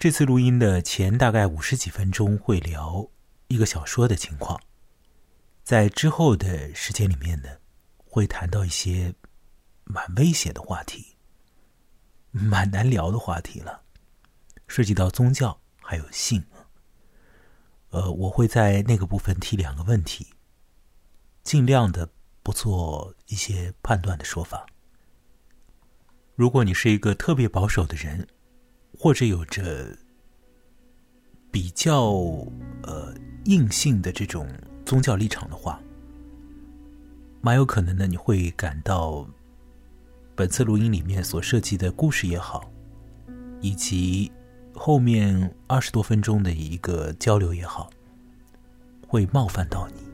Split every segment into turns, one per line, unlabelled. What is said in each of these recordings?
这次录音的前大概50几分钟会聊一个小说的情况，在之后的时间里面呢，会谈到一些蛮危险的话题，蛮难聊的话题了，涉及到宗教还有性。我会在那个部分提2个问题，尽量的不做一些判断的说法。如果你是一个特别保守的人，或者有着比较硬性的这种宗教立场的话，蛮有可能呢，你会感到本次录音里面所涉及的故事也好，以及后面20多分钟的一个交流也好，会冒犯到你。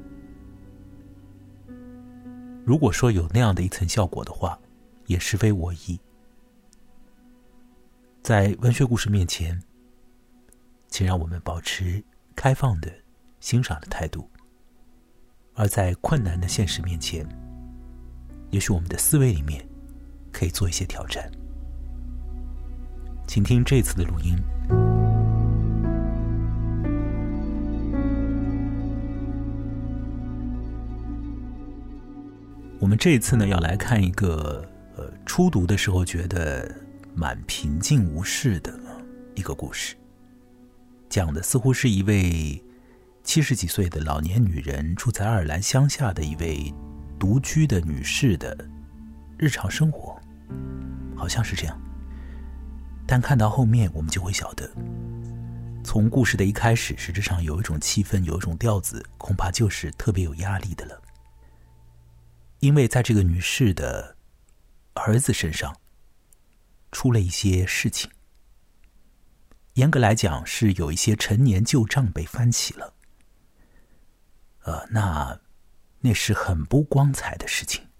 如果说有那样的一层效果的话，也实非我意。在文学故事面前，请让我们保持开放的欣赏的态度，而在困难的现实面前，也许我们的思维里面可以做一些挑战。请听这次的录音。我们这一次呢，要来看一个初读的时候觉得蛮平静无事的一个故事，讲的似乎是一位70几岁的老年女人住在爱尔兰乡下的一位独居的女士的日常生活，好像是这样。但看到后面我们就会晓得，从故事的一开始，实质上有一种气氛，有一种调子，恐怕就是特别有压力的了。因为在这个女士的儿子身上出了一些事情，严格来讲是有一些陈年旧账被翻起了。那是很不光彩的事情。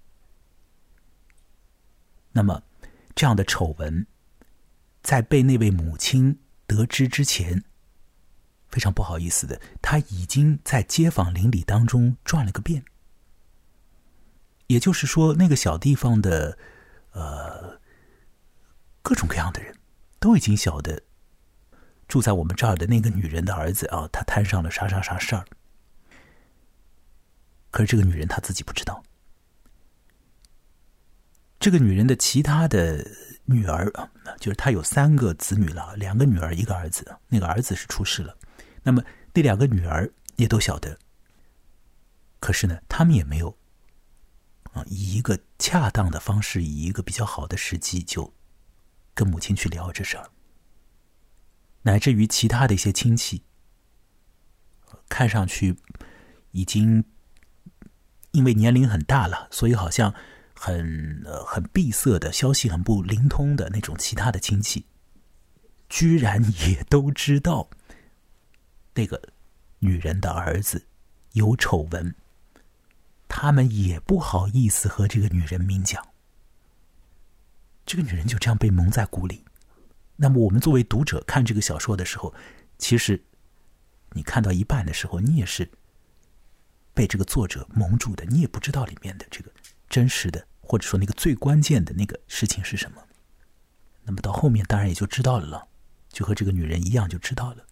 那么这样的丑闻在被那位母亲得知之前，非常不好意思的，她已经在街坊邻里当中转了个遍。也就是说，那个小地方的各种各样的人都已经晓得住在我们这儿的那个女人的儿子啊，他摊上了啥啥啥事儿。可是这个女人她自己不知道。这个女人的其他的女儿啊，就是她有3个子女了，2个女儿1个儿子，那个儿子是出世了。那么那2个女儿也都晓得，可是呢，他们也没有以一个恰当的方式，以一个比较好的时机，就跟母亲去聊这事儿。乃至于其他的一些亲戚，看上去已经因为年龄很大了，所以好像很闭塞的消息，很不灵通的那种其他的亲戚，居然也都知道那个女人的儿子有丑闻，他们也不好意思和这个女人明讲。这个女人就这样被蒙在鼓里。那么我们作为读者看这个小说的时候，其实你看到一半的时候，你也是被这个作者蒙住的，你也不知道里面的这个真实的，或者说那个最关键的那个事情是什么。那么到后面当然也就知道了，就和这个女人一样就知道了。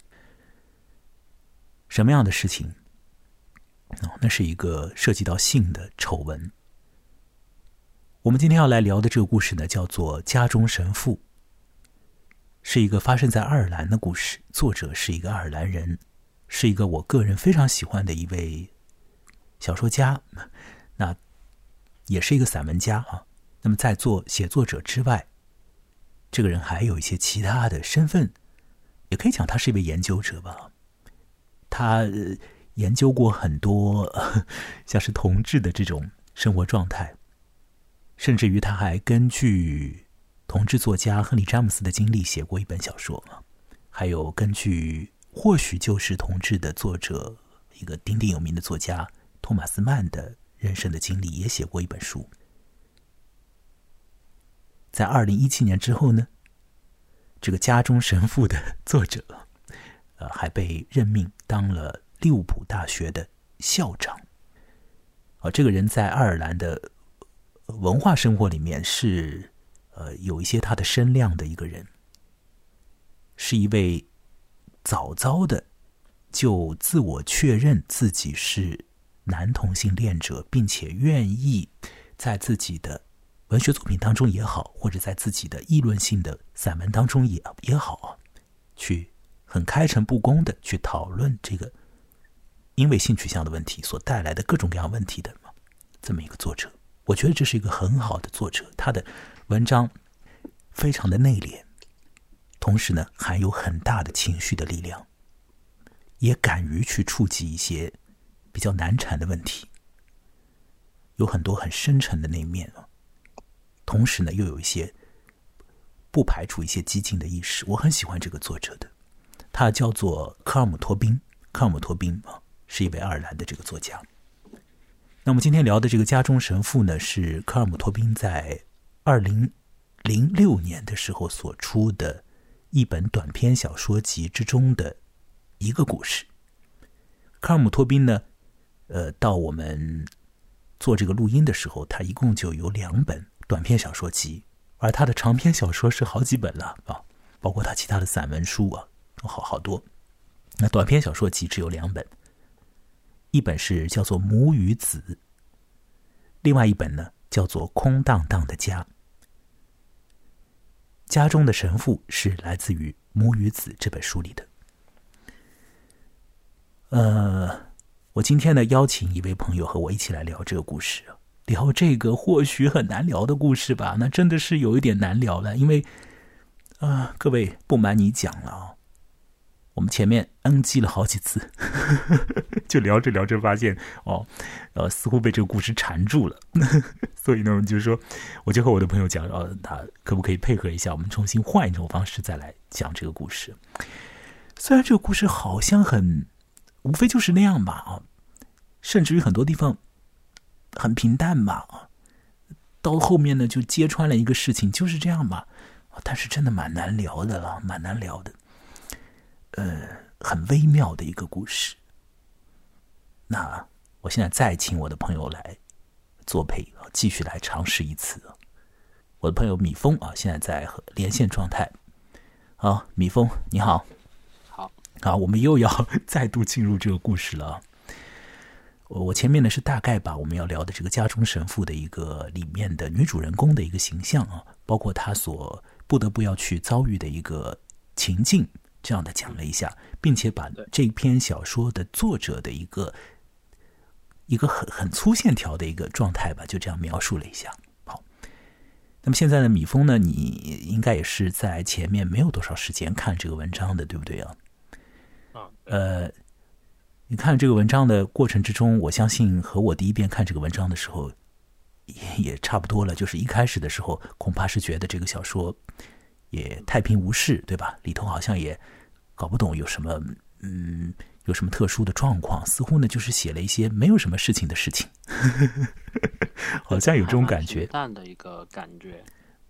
什么样的事情？那是一个涉及到性的丑闻。我们今天要来聊的这个故事呢，叫做《家中神父》，是一个发生在爱尔兰的故事，作者是一个爱尔兰人，是一个我个人非常喜欢的一位小说家，那也是一个散文家啊。那么在做写作者之外，这个人还有一些其他的身份，也可以讲他是一位研究者吧。他研究过很多像是同志的这种生活状态，甚至于他还根据同志作家亨利·詹姆斯的经历写过一本小说，还有根据或许就是同志的作者一个鼎鼎有名的作家托马斯曼的人生的经历也写过一本书。在2017年之后呢，这个家中神父的作者还被任命当了利物浦大学的校长。这个人在爱尔兰的文化生活里面是有一些他的声量的一个人， 是一位早早的就自我确认自己是男同性恋者，并且愿意在自己的文学作品当中也好，或者在自己的议论性的散文当中也好，去很开诚布公的去讨论这个因为性取向的问题所带来的各种各样问题的这么一个作者。我觉得这是一个很好的作者，他的文章非常的内敛，同时呢含有很大的情绪的力量，也敢于去触及一些比较难缠的问题，有很多很深沉的那一面，同时呢又有一些不排除一些激进的意识。我很喜欢这个作者的，他叫做科尔姆托宾。科尔姆托宾是一位爱尔兰的这个作家。那么今天聊的这个家中神父呢，是科尔姆托宾在2006年的时候所出的一本短篇小说集之中的一个故事。科尔姆托宾呢，到我们做这个录音的时候，他一共就有2本短篇小说集，而他的长篇小说是好几本了包括他其他的散文书好多。那短篇小说集只有2本，一本是叫做《母与子》，另外一本呢叫做《空荡荡的家》。家中的神父是来自于《母与子》这本书里的。我今天呢邀请一位朋友和我一起来聊这个故事，聊这个或许很难聊的故事吧。那真的是有一点难聊了，因为各位不瞒你讲了我们前面 NG 了好几次就聊着聊着发现似乎被这个故事缠住了所以呢就是说，我就和我的朋友讲他可不可以配合一下，我们重新换一种方式再来讲这个故事。虽然这个故事好像无非就是那样吧甚至于很多地方很平淡吧到后面呢就揭穿了一个事情，就是这样吧但是真的蛮难聊的了，蛮难聊的。很微妙的一个故事。那我现在再请我的朋友来作陪继续来尝试一次。我的朋友米峰现在在连线状态。好，米峰你好。好，我们又要再度进入这个故事了。我前面呢是大概把我们要聊的这个家中神父的一个里面的女主人公的一个形象包括她所不得不要去遭遇的一个情境，这样的讲了一下，并且把这篇小说的作者的一个很粗线条的一个状态吧，就这样描述了一下。好，那么现在呢，米峰呢，你应该也是在前面没有多少时间看这个文章的，对不对啊？你看这个文章的过程之中，我相信和我第一遍看这个文章的时候也差不多了，就是一开始的时候恐怕是觉得这个小说也太平无事，对吧？里头好像也搞不懂有什么特殊的状况，似乎呢就是写了一些没有什么事情的事情好像有这种感觉，
淡的一个感觉。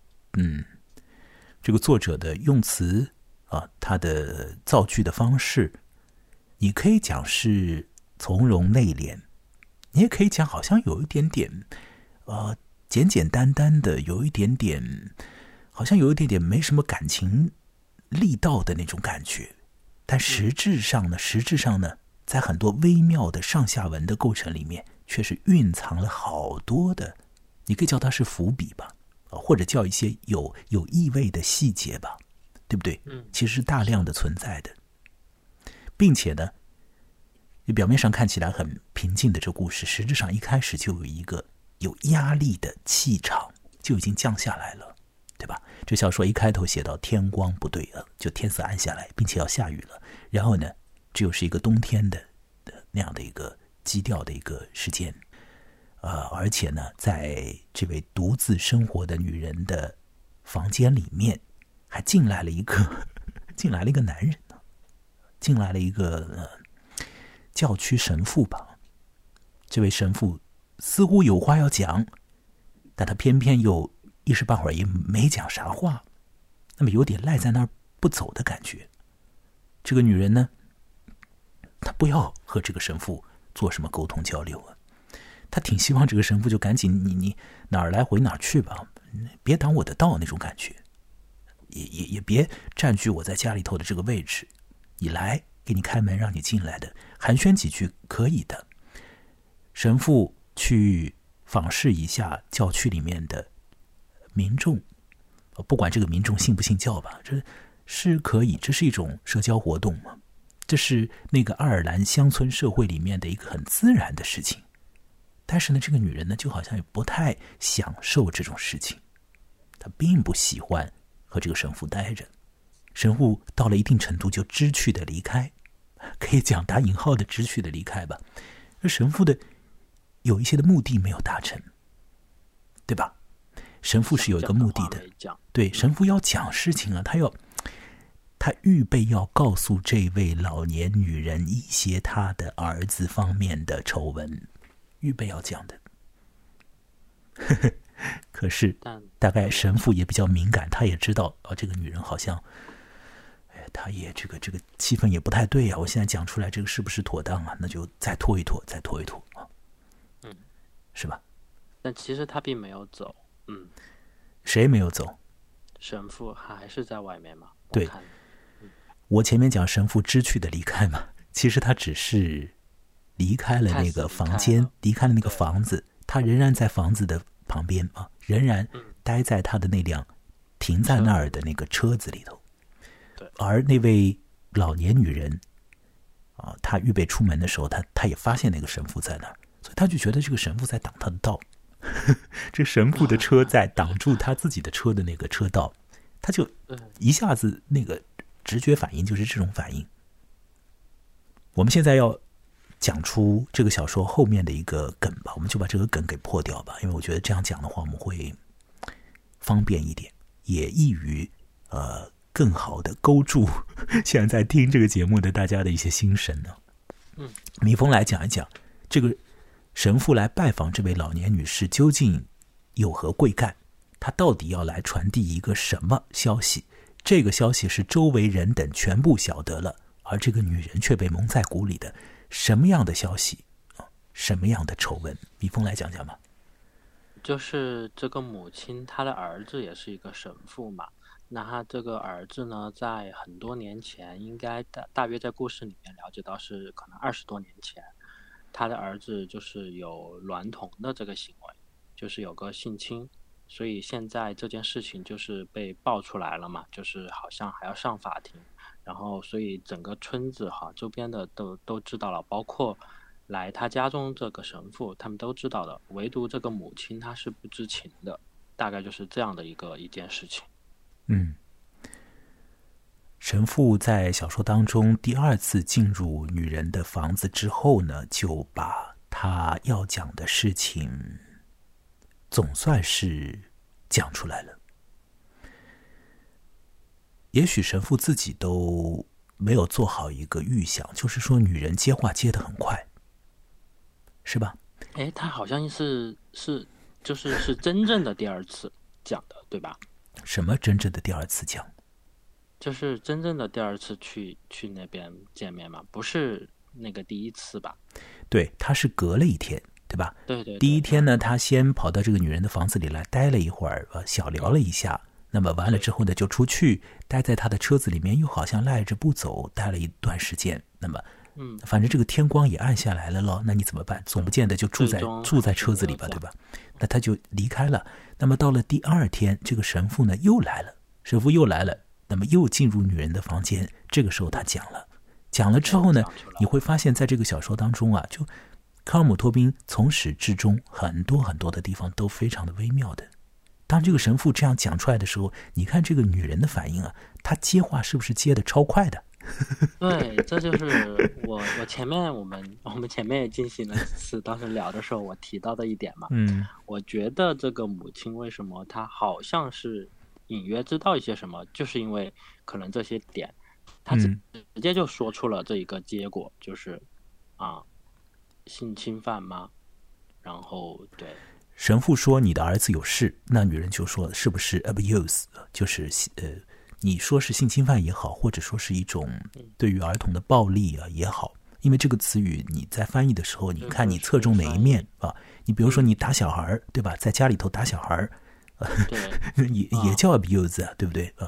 这个作者的用词他的造句的方式，你可以讲是从容内敛，你也可以讲好像有一点点简简单单的，有一点点好像有一点点没什么感情力道的那种感觉。但实质上呢，在很多微妙的上下文的构成里面，却是蕴藏了好多的，你可以叫它是伏笔吧，或者叫一些有意味的细节吧，对不对？其实是大量的存在的，并且呢，你表面上看起来很平静的这故事，实质上一开始就有一个有压力的气场就已经降下来了，对吧？这小说一开头写到天光不对了，就天色暗下来，并且要下雨了。然后呢，这又是一个冬天的那样的一个基调的一个时间，而且呢，在这位独自生活的女人的房间里面，还进来了一个男人呢，进来了一个教区神父吧。这位神父似乎有话要讲，但他偏偏又一时半会儿也没讲啥话，那么有点赖在那儿不走的感觉。这个女人呢，她不要和这个神父做什么沟通交流啊，她挺希望这个神父就赶紧你哪儿来回哪儿去吧，别挡我的道那种感觉。 也别占据我在家里头的这个位置，你来，给你开门让你进来的，寒暄几句可以的。神父去访视一下教区里面的民众，不管这个民众信不信教吧，这是可以，这是一种社交活动嘛，这是那个爱尔兰乡村社会里面的一个很自然的事情。但是呢，这个女人呢，就好像也不太享受这种事情，她并不喜欢和这个神父待着。神父到了一定程度就知趣的离开，可以讲打引号的知趣的离开吧。而神父的有一些的目的没有达成，对吧？神父是有一个目的的，对，神父要讲事情啊，他预备要告诉这位老年女人一些他的儿子方面的丑闻，预备要讲的。可是大概神父也比较敏感，他也知道这个女人好像，他也这个气氛也不太对啊，我现在讲出来这个是不是妥当啊？那就再拖一拖啊，是吧？
但其实他并没有走，
谁没有走？
神父还是在外面嘛？
对，我前面讲神父知趣的离开嘛，其实他只是离开了那个房间，离开了那个房子，他仍然在房子的旁边啊，仍然待在他的那辆停在那儿的那个车子里头。而那位老年女人啊，她预备出门的时候，她也发现那个神父在那儿，所以她就觉得这个神父在挡她的道。这神父的车在挡住他自己的车的那个车道，他就一下子那个直觉反应就是这种反应。我们现在要讲出这个小说后面的一个梗吧，我们就把这个梗给破掉吧，因为我觉得这样讲的话我们会方便一点，也易于更好的勾住现在听这个节目的大家的一些心神呢。蜜蜂来讲一讲这个神父来拜访这位老年女士究竟有何贵干，他到底要来传递一个什么消息，这个消息是周围人等全部晓得了，而这个女人却被蒙在鼓里的什么样的消息，什么样的丑闻？蜜蜂来讲讲吧。
就是这个母亲她的儿子也是一个神父嘛，那他这个儿子呢，在很多年前，应该大约在故事里面了解到是可能20多年前，他的儿子就是有娈童的这个行为，就是有个性侵，所以现在这件事情就是被爆出来了嘛，就是好像还要上法庭，然后所以整个村子周边的都知道了，包括来他家中这个神父他们都知道的，唯独这个母亲她是不知情的，大概就是这样的一件事情。
神父在小说当中第二次进入女人的房子之后呢，就把他要讲的事情总算是讲出来了。也许神父自己都没有做好一个预想，就是说女人接话接得很快，是吧？
他好像是真正的第二次讲的，对吧？
什么真正的第二次讲？
就是真正的第二次去那边见面嘛，不是那个第一次吧？
对，他是隔了一天，对吧？
对。
第一天呢，他先跑到这个女人的房子里来待了一会儿，小聊了一下。那么完了之后呢，就出去待在他的车子里面，又好像赖着不走，待了一段时间。那么，反正这个天光也暗下来了咯，那你怎么办？总不见得就住在车子里吧，对吧？那他就离开了。那么到了第二天，这个神父呢又来了，那么又进入女人的房间，这个时候他讲了之后呢，你会发现在这个小说当中啊，就科尔姆托宾从始至终很多很多的地方都非常的微妙的。当这个神父这样讲出来的时候，你看这个女人的反应啊，她接话是不是接的超快的？
对，这就是我前面我们前面也进行了几次，当时聊的时候我提到的一点嘛。我觉得这个母亲为什么她好像是隐约知道一些什么，就是因为可能这些点她直接就说出了这一个结果，就是性侵犯吗？然后对
神父说你的儿子有事，那女人就说是不是 abuse， 就是你说是性侵犯也好，或者说是一种对于儿童的暴力也好，因为这个词语你在翻译的时候，你看你侧重哪一面啊？你比如说你打小孩，对吧？在家里头打小孩，也叫 abuse 啊，对不对？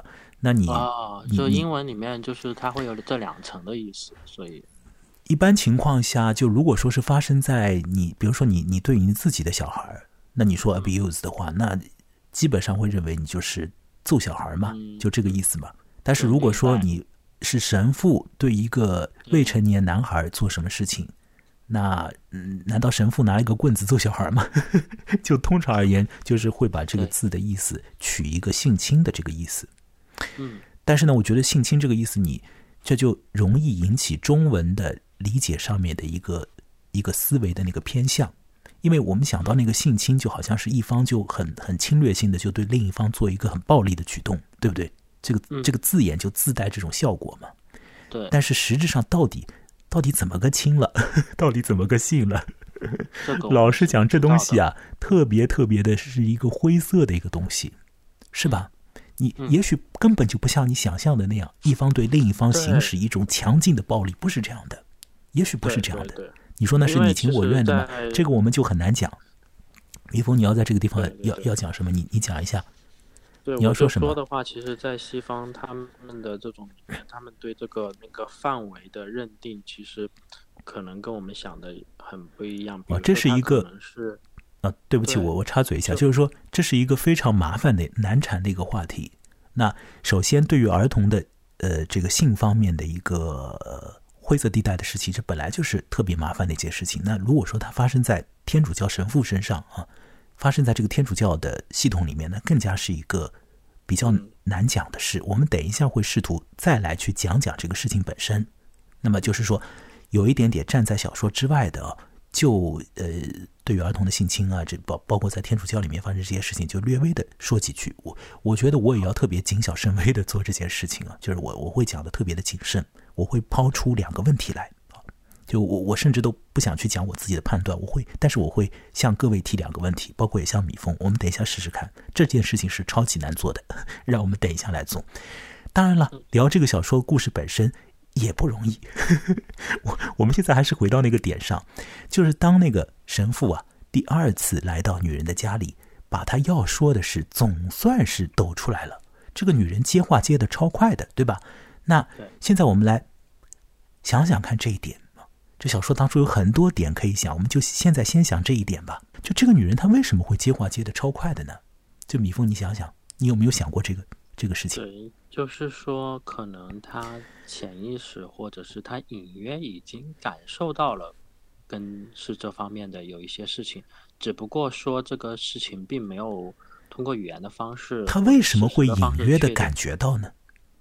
那你
就英文里面就是它会有这2层的意思，所以
一般情况下，就如果说是发生在你，比如说你对于你自己的小孩，那你说 abuse 的话，那基本上会认为你就是揍小孩嘛，就这个意思嘛。但是如果说你是神父对一个未成年男孩做什么事情，那难道神父拿一个棍子揍小孩吗？就通常而言，就是会把这个字的意思取一个性侵的这个意思。但是呢，我觉得性侵这个意思这就容易引起中文的理解上面的一个思维的那个偏向，因为我们想到那个性侵就好像是一方就很侵略性的就对另一方做一个很暴力的举动，对不对？这个字眼就自带这种效果嘛。
对。
但是实质上到底怎么个亲了，到底怎么个性了？老实讲，这东西啊，特别的是一个灰色的一个东西，是吧？你也许根本就不像你想象的那样，一方对另一方行使一种强劲的暴力，不是这样的，也许不是这样的。你说那是你情我愿的吗？这个我们就很难讲。米峰，你要在这个地方要讲什么？你讲一下。
对，
你要说什么？
我就说的话，其实在西方他们的这种里面，他们对这个那个范围的认定，其实可能跟我们想的很不一样。
这是一个对不起，我插嘴一下，就是说这是一个非常麻烦的难缠的一个话题。那首先对于儿童的这个性方面的一个灰色地带的事情，这本来就是特别麻烦的一件事情。那如果说它发生在天主教神父身上啊，发生在这个天主教的系统里面呢，更加是一个比较难讲的事。我们等一下会试图再来去讲这个事情本身。那么就是说有一点点站在小说之外的就对于儿童的性侵啊，这包括在天主教里面发生这些事情，就略微的说几句。我觉得我也要特别谨小慎微的做这件事情啊，就是我会讲的特别的谨慎，我会抛出2个问题来啊，就我甚至都不想去讲我自己的判断，但是我会向各位提2个问题，包括也向米峰，我们等一下试试看，这件事情是超级难做的，让我们等一下来做。当然了，聊这个小说故事本身也不容易。我们现在还是回到那个点上，就是当那个神父啊第2次来到女人的家里，把他要说的事总算是抖出来了。这个女人接话接得超快的，对吧？那现在我们来想想看这一点。这小说当中有很多点可以想，我们就现在先想这一点吧。就这个女人她为什么会接话接得超快的呢？就米峰，你想想，你有没有想过这个事情？
对，就是说可能他潜意识或者是他隐约已经感受到了跟是这方面的有一些事情，只不过说这个事情并没有通过语言的方式。
他为什么会隐约的感觉到呢？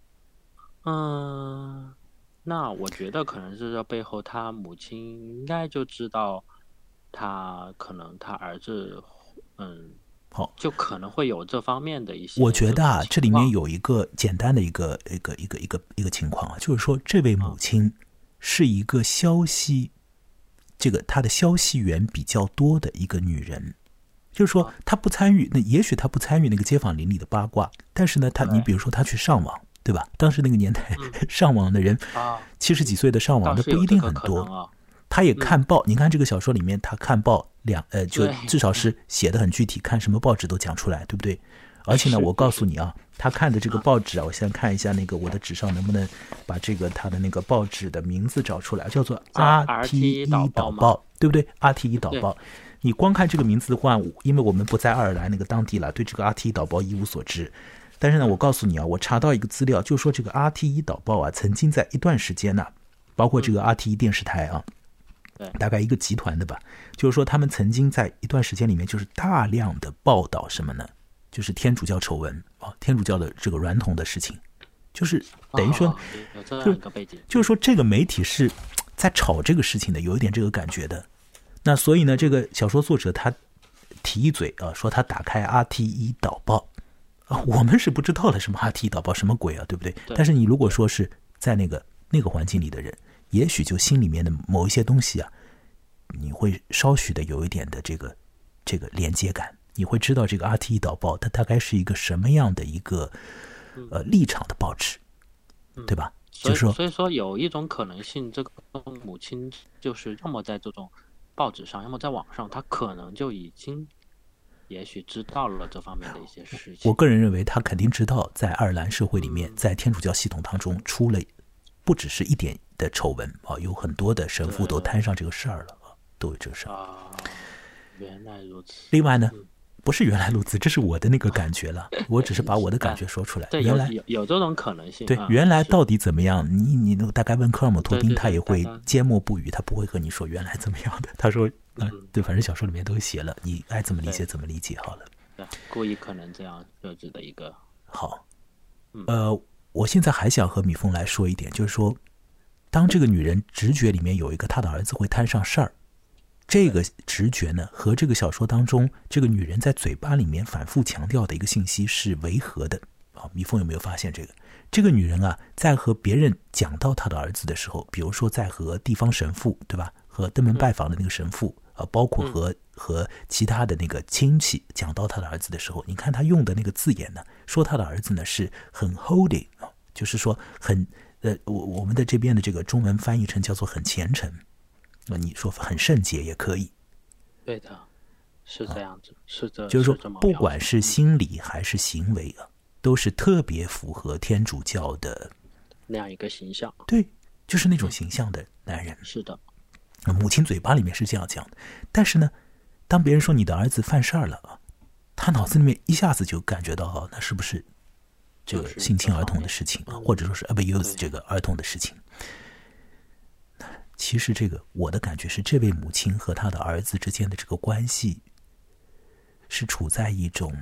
那我觉得可能是这背后他母亲应该就知道他可能他儿子
好，
就可能会有这方面的一些。
我觉得啊，这里面有一个简单的一个情况啊，就是说这位母亲是一个她的消息源比较多的一个女人，就是说她不参与，那也许她不参与那个街坊邻里的八卦，但是呢，你比如说她去上网，对吧？当时那个年代，上网的人70几岁的上网的不一定很多。他也看报，你看这个小说里面，他看报就至少是写的很具体，看什么报纸都讲出来，对不对？而且呢，我告诉你啊，他看的这个报纸啊，我先看一下那个我的纸上能不能把他的那个报纸的名字找出来，叫做 RT1 导报，对不对 ？RT1 导报，你光看这个名字的话，因为我们不在爱尔兰那个当地了，对这个 RT1 导报一无所知。但是呢，我告诉你啊，我查到一个资料，就说这个 RT1 导报啊，曾经在一段时间呢，包括这个 RT1 电视台啊。大概一个集团的吧，就是说他们曾经在一段时间里面，就是大量的报道什么呢？就是天主教丑闻啊，天主教的这个娈童的事情，就是等于说，就是说这个媒体是在炒这个事情的，有一点这个感觉的。那所以呢，这个小说作者他提一嘴啊，说他打开 RT1 导报啊，我们是不知道的什么 RT1 导报什么鬼啊，对不对？但是你如果说是在那个环境里的人，也许就心里面的某一些东西啊，你会稍许的有一点的这个连接感，你会知道这个 RT1 导报它大概是一个什么样的一个立场的报纸，对吧？
所以说有一种可能性，这个母亲就是要么在这种报纸上，要么在网上，她可能就已经也许知道了这方面的一些事情。
我个人认为他肯定知道，在爱尔兰社会里面，在天主教系统当中出了不只是一点的丑闻啊，有很多的神父都摊上这个事儿了啊，都有这个事儿
啊。原来如此。
另外呢，不是原来如此，这是我的那个感觉了，我只是把我的感觉说出来。
对，
原来
有这种可能性。
对，原来到底怎么样？你大概问科尔姆托宾，他也会缄默不语，他不会和你说原来怎么样的。他说，对，反正小说里面都写了，你爱怎么理解怎么理解好了。
对，故意可能这样设置的一个。
好，我现在还想和米凤来说一点，就是说，当这个女人直觉里面有一个她的儿子会摊上事儿。这个直觉呢，和这个小说当中这个女人在嘴巴里面反复强调的一个信息是违和的啊。米凤有没有发现这个？这个女人啊，在和别人讲到她的儿子的时候，比如说在和地方神父，对吧？和登门拜访的那个神父包括和其他的那个亲戚讲到他的儿子的时候，你看他用的那个字眼呢，说他的儿子呢是很 holy 啊，就是说很我们的这边的这个中文翻译成叫做很虔诚。你说很圣洁也可以，
对的，是这样子，是这，
就是说，不管是心理还是行为啊，都是特别符合天主教的
那样一个形象。
对，就是那种形象的男人。
是的，
母亲嘴巴里面是这样讲的，但是呢，当别人说你的儿子犯事儿了啊，他脑子里面一下子就感觉到那是不是这个性侵儿童的事情啊，或者说是 abuse 这个儿童的事情。其实这个我的感觉是，这位母亲和她的儿子之间的这个关系是处在一种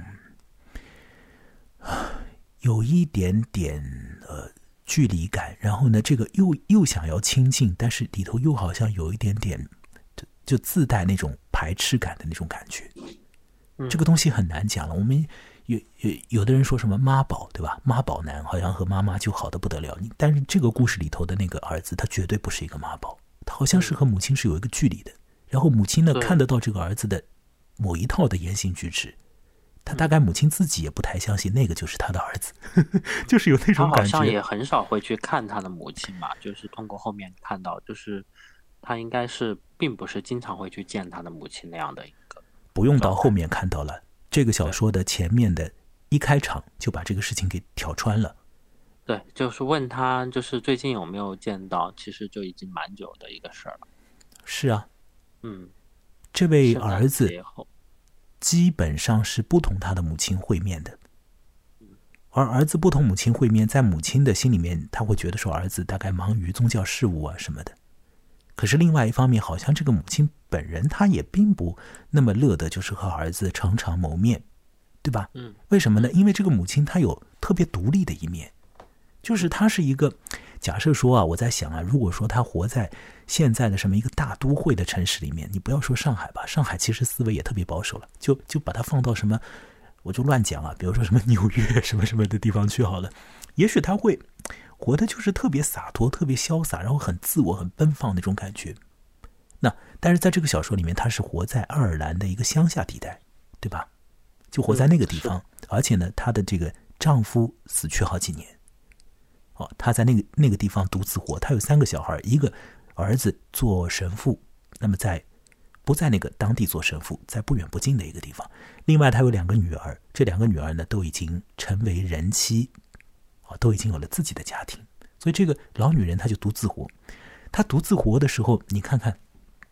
有一点点距离感，然后呢这个又想要亲近，但是里头又好像有一点点就自带那种排斥感的那种感觉。这个东西很难讲了。我们有的人说什么妈宝，对吧？妈宝男好像和妈妈就好得不得了，但是这个故事里头的那个儿子他绝对不是一个妈宝，他好像是和母亲是有一个距离的，然后母亲呢看得到这个儿子的某一套的言行举止，他大概母亲自己也不太相信那个就是他的儿子就是有那种感觉。
他好像也很少会去看他的母亲嘛，就是通过后面看到，就是他应该是并不是经常会去见他的母亲那样的一个。
不用到后面看到了，这个小说的前面的一开场就把这个事情给挑穿了。
对，就是问他就是最近有没有见到，其实就已经蛮久的一个事儿了。
是啊，这
这
位儿子基本上是不同他的母亲会面的，而儿子不同母亲会面，在母亲的心里面，他会觉得说儿子大概忙于宗教事务啊什么的。可是另外一方面，好像这个母亲本人她也并不那么乐得就是和儿子常常谋面，对吧？为什么呢？因为这个母亲她有特别独立的一面，就是她是一个，假设说啊，我在想啊，如果说她活在现在的什么一个大都会的城市里面，你不要说上海吧，上海其实思维也特别保守了，就把它放到什么，我就乱讲啊，比如说什么纽约什么什么的地方去好了，也许她会活的就是特别洒脱，特别潇洒，然后很自我很奔放那种感觉。那但是在这个小说里面，她是活在爱尔兰的一个乡下地带，对吧？就活在那个地方，而且呢她的这个丈夫死去好几年，她在那个地方独自活。她有3个小孩，一个儿子做神父，那么不在那个当地做神父，在不远不近的一个地方。另外她有2个女儿，这2个女儿呢都已经成为人妻，都已经有了自己的家庭。所以这个老女人她就独自活。她独自活的时候，你看看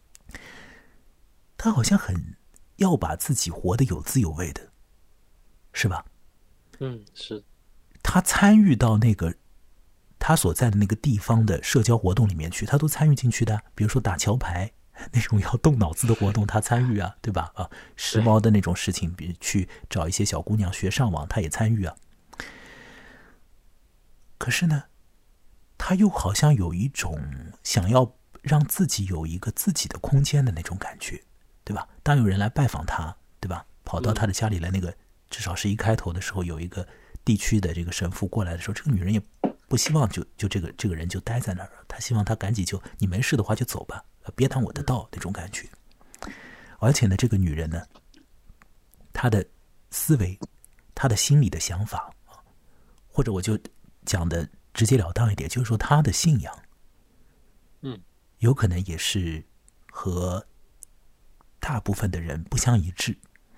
她好像很要把自己活得有滋有味的，是吧？
是。
她参与到那个她所在的那个地方的社交活动里面去，她都参与进去的。比如说打桥牌那种要动脑子的活动，她参与啊，对吧？时髦的那种事情，比如去找一些小姑娘学上网，她也参与啊。可是呢，她又好像有一种想要让自己有一个自己的空间的那种感觉，对吧？当有人来拜访她，对吧？跑到她的家里来，那个至少是一开头的时候，有一个地区的这个神父过来的时候，这个女人也不希望就这个人就待在那儿了，她希望他赶紧你没事的话就走吧，别挡我的道那种感觉。而且呢，这个女人呢，她的思维，她的心里的想法，或者我就讲的直截了当一点，就是说她的信仰，有可能也是和大部分的人不相一致。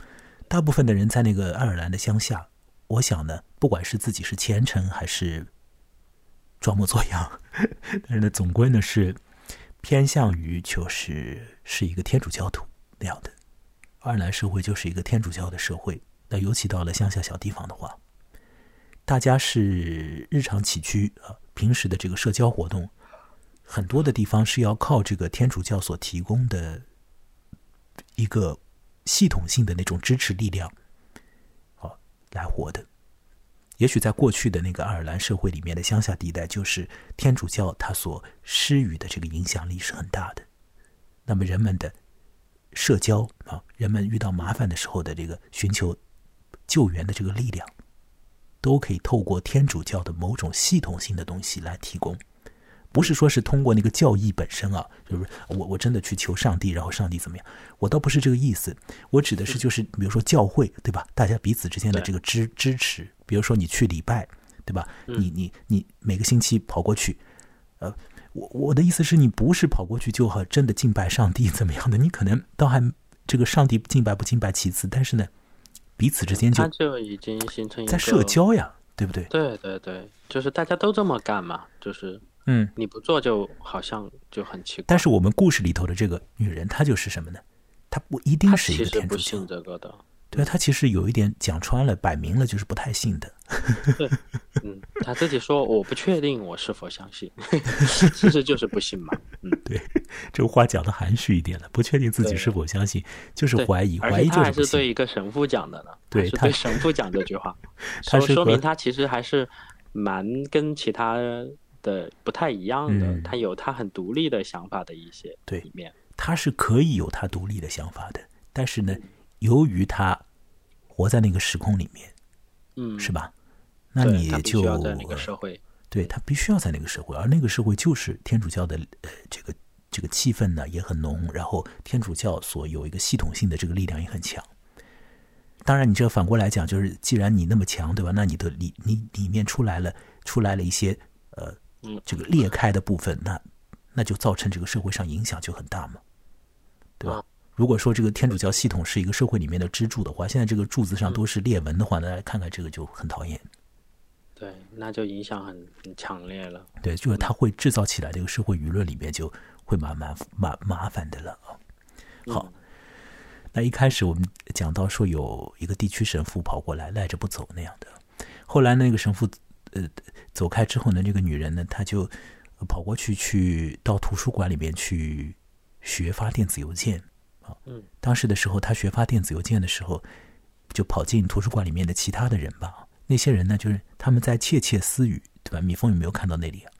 大部分的人在那个爱尔兰的乡下，我想呢，不管是自己是虔诚还是装模作样，但是呢，总归呢是偏向于是一个天主教徒那样的。爱尔兰社会就是一个天主教的社会，那尤其到了乡下小地方的话，大家是日常起居平时的这个社交活动，很多的地方是要靠这个天主教所提供的一个系统性的那种支持力量来活的。也许在过去的那个爱尔兰社会里面的乡下地带，就是天主教它所施予的这个影响力是很大的。那么人们的社交人们遇到麻烦的时候的这个寻求救援的这个力量，都可以透过天主教的某种系统性的东西来提供。不是说是通过那个教义本身就是我真的去求上帝，然后上帝怎么样，我倒不是这个意思。我指的是就是比如说教会，对吧？大家彼此之间的这个支持，比如说你去礼拜，对吧？你每个星期跑过去，我的意思是你不是跑过去就好真的敬拜上帝怎么样的，你可能倒还这个上帝敬拜不敬拜其次，但是呢彼此之间
就已经形成一个
在社交呀，对不对？
对对对，就是大家都这么干嘛，就是你不做就好像就很奇怪。
但是我们故事里头的这个女人，她就是什么呢？她不一定是一个天主教，
她其实不信这个的。
对，她其实有一点讲穿了，摆明了就是不太信的。
对，她自己说我不确定我是否相信，其实就是不信嘛。
对，这个话讲的含蓄一点了，不确定自己是否相信，就是怀疑，怀疑就是不信。
而且他还是对一个神父讲的呢，
对，
是对神父讲这句话，说明他其实还是蛮跟其他的不太一样的，他有他很独立的想法的一些里面，
他是可以有他独立的想法的，但是呢，由于他活在那个时空里面，是吧？那你也就
要在那个社会，
对，他必须要在那个社会，而那个社会就是天主教的这个气氛呢也很浓，然后天主教所有一个系统性的这个力量也很强。当然，你这个反过来讲，就是既然你那么强，对吧？那你的你里面出来了一些这个裂开的部分，那就造成这个社会上影响就很大嘛，对吧？如果说这个天主教系统是一个社会里面的支柱的话，现在这个柱子上都是裂纹的话，那看看这个就很讨厌。
对，那就影响很强烈了。
对，就是它会制造起来这个社会舆论里面就会麻烦的了好，那一开始我们讲到说有一个地区神父跑过来赖着不走那样的，后来那个神父走开之后呢，这个女人呢，她就跑过去到图书馆里面去学发电子邮件当时的时候，她学发电子邮件的时候，就跑进图书馆里面的其他的人吧。那些人呢，就是他们在窃窃私语，对吧？米峰有没有看到那里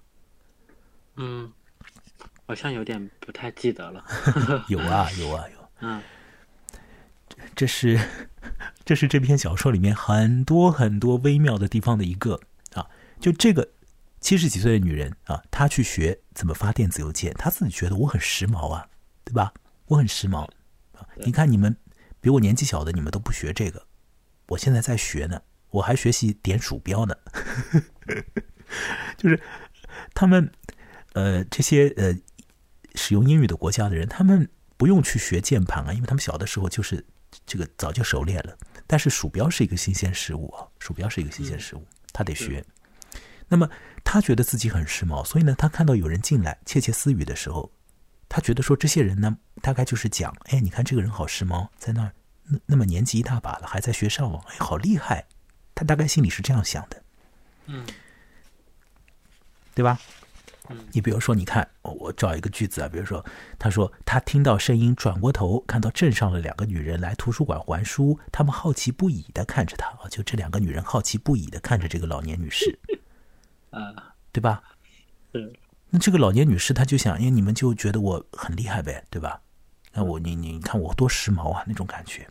好像有点不太记得了。
有。这是这篇小说里面很多很多微妙的地方的一个就这个70几岁的女人她去学怎么发电子邮件，她自己觉得我很时髦对吧？我很时髦你看你们比我年纪小的，你们都不学这个，我现在在学呢，我还学习点鼠标呢。就是他们这些使用英语的国家的人，他们不用去学键盘因为他们小的时候就是这个早就熟练了。但是鼠标是一个新鲜事物鼠标是一个新鲜事物，他得学。那么他觉得自己很时髦，所以呢，他看到有人进来窃窃私语的时候，他觉得说这些人呢，大概就是讲，你看这个人好时髦，在那儿那么年纪一大把了，还在学上网，好厉害。他大概心里是这样想的，对吧？你比如说，你看，我找一个句子比如说，他说他听到声音，转过头，看到镇上的2个女人来图书馆还书，他们好奇不已的看着他就这2个女人好奇不已的看着这个老年女士，对吧？那这个老年女士她就想，你们就觉得我很厉害呗，对吧？那你看我多时髦那种感觉。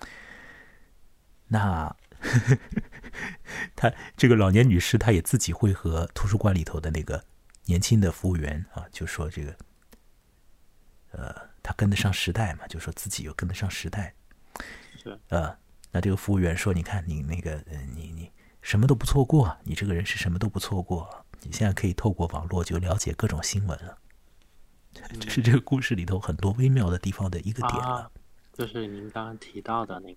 那她这个老年女士，她也自己会和图书馆里头的那个年轻的服务员就说这个她跟得上时代嘛，就说自己又跟得上时代。那这个服务员说，你看你那个你什么都不错过，你这个人是什么都不错过，你现在可以透过网络就了解各种新闻了。这是这个故事里头很多微妙的地方的一个点了。
就是您刚刚提到的那个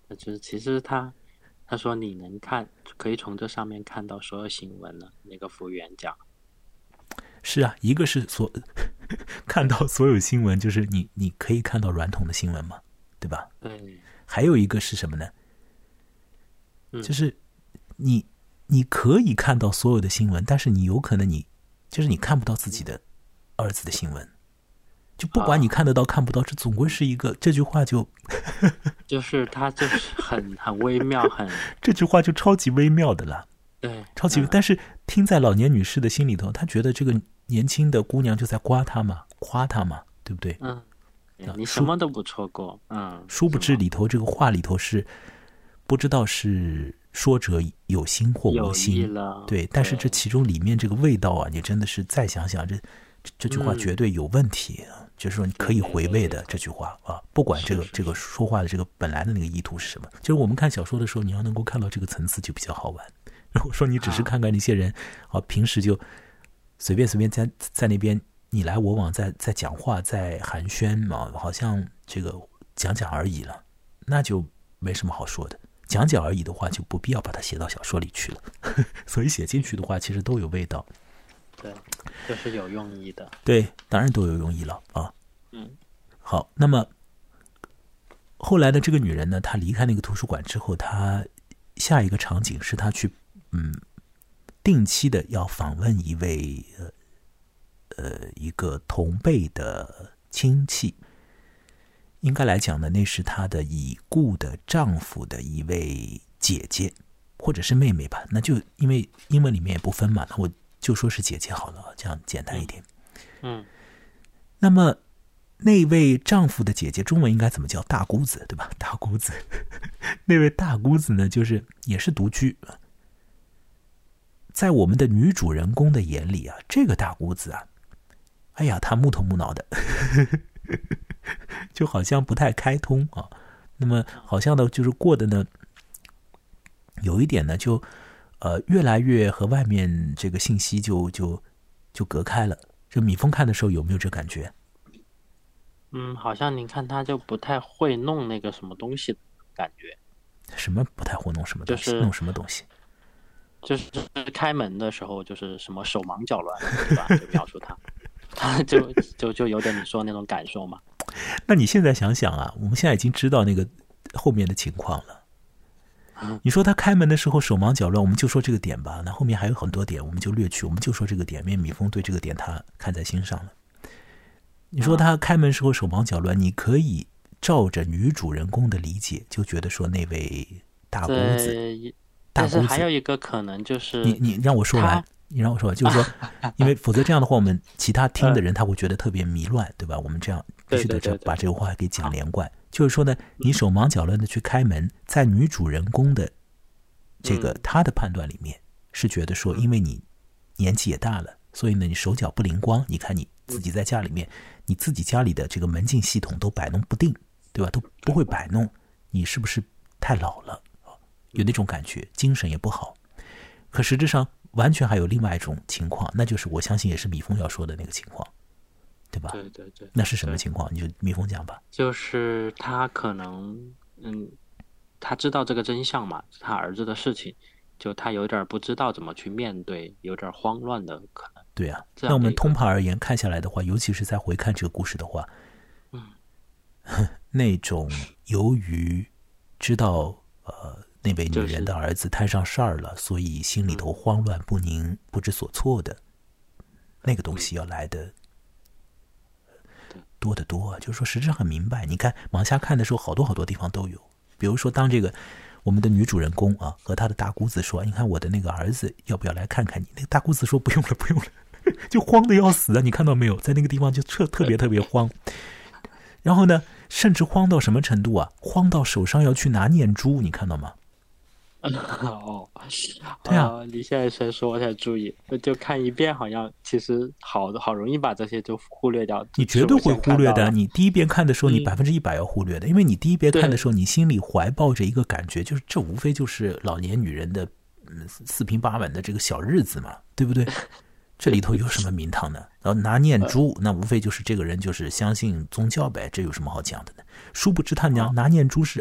就是其实他说你能看，可以从这上面看到所有新闻了。那个服务员讲，
是啊，一个是看到所有新闻，就是你可以看到软桶的新闻嘛，对吧？
对，
还有一个是什么呢？就是你可以看到所有的新闻，但是你有可能你看不到自己的儿子的新闻。就不管你看得到看不到，这总归是一个，这句话
就是它就是很微妙，
这句话就超级微妙的了。
对，
超级但是听在老年女士的心里头，她觉得这个年轻的姑娘就在夸她嘛，对不对？
你什么都不错过。
殊不知里头这个话里头是不知道是说者有心或无心，对，但是这其中里面这个味道啊，你真的是再想想，这句话绝对有问题啊！就是说你可以回味的这句话啊，不管这个说话的这个本来的那个意图是什么，就是我们看小说的时候，你要能够看到这个层次就比较好玩。如果说你只是看看那些人啊，平时就随便在那边你来我往，在讲话，在寒暄嘛，好像这个讲而已了，那就没什么好说的。讲而已的话，就不必要把它写到小说里去了。所以写进去的话，其实都有味道。
对，就是有用意的。
对，当然都有用意了啊。好，那么后来的这个女人呢，她离开那个图书馆之后，她下一个场景是她去定期的要访问一位一个同辈的亲戚。应该来讲呢，那是她的已故的丈夫的一位姐姐或者是妹妹吧，那就因为英文里面也不分嘛，那我就说是姐姐好了，这样简单一点。那么那位丈夫的姐姐中文应该怎么叫？大姑子，对吧？大姑子。那位大姑子呢，就是也是独居。在我们的女主人公的眼里啊，这个大姑子啊，哎呀，她木头木脑的，就好像不太开通啊。那么好像呢，就是过的呢，有一点呢，就越来越和外面这个信息就隔开了。这米峰看的时候有没有这感觉？
好像您看他就不太会弄那个什么东西的感觉。
什么不太会弄什么东西？弄什么东西？
就是开门的时候，就是什么手忙脚乱，对吧？就描述他就有点你说那种感受嘛。
那你现在想想啊，我们现在已经知道那个后面的情况了。你说他开门的时候手忙脚乱，我们就说这个点吧。那后面还有很多点，我们就略去，我们就说这个点，因为米峰对这个点他看在心上了。你说他开门时候手忙脚乱，你可以照着女主人公的理解，就觉得说那位大姑子，
但是还有一个可能就是
你让我说完，就是说，因为否则这样的话，我们其他听的人他会觉得特别迷乱，对吧？我们这样必须得把这个话给讲连贯。就是说呢，你手忙脚乱的去开门，在女主人公的这个她的判断里面，是觉得说，因为你年纪也大了，所以呢，你手脚不灵光。你看你自己在家里面，你自己家里的这个门禁系统都摆弄不定，对吧？都不会摆弄，你是不是太老了？有那种感觉，精神也不好。可实质上，完全还有另外一种情况，那就是我相信也是米峰要说的那个情况。对吧？
对，
那是什么情况？你就蜜蜂讲吧。
就是他可能，他知道这个真相嘛，他儿子的事情，就他有点不知道怎么去面对，有点慌乱的可能。
对啊，那我们通盘而言看下来的话，尤其是在回看这个故事的话，那种由于知道那位女人的儿子摊上事儿了，所以心里头慌乱不宁、不知所措的那个东西要来的。多得多，就是说实质上很明白。你看往下看的时候，好多地方都有。比如说，当这个我们的女主人公啊和她的大姑子说：“你看我的那个儿子要不要来看看你？”那个大姑子说：“不用了，就慌得要死啊！你看到没有？在那个地方就特别慌。然后呢，甚至慌到什么程度啊？慌到手上要去拿念珠，你看到吗？对啊，
你现在先说我才注意，就看一遍，好像其实好容易把这些就忽略掉。
你绝对会忽略的。你第一遍看的时候，你100%要忽略的，因为你第一遍看的时候，你心里怀抱着一个感觉，就是这无非就是老年女人的四平八稳的这个小日子嘛，对不对？这里头有什么名堂呢？然后拿念珠，那无非就是这个人就是相信宗教呗，这有什么好讲的呢？殊不知他拿念珠是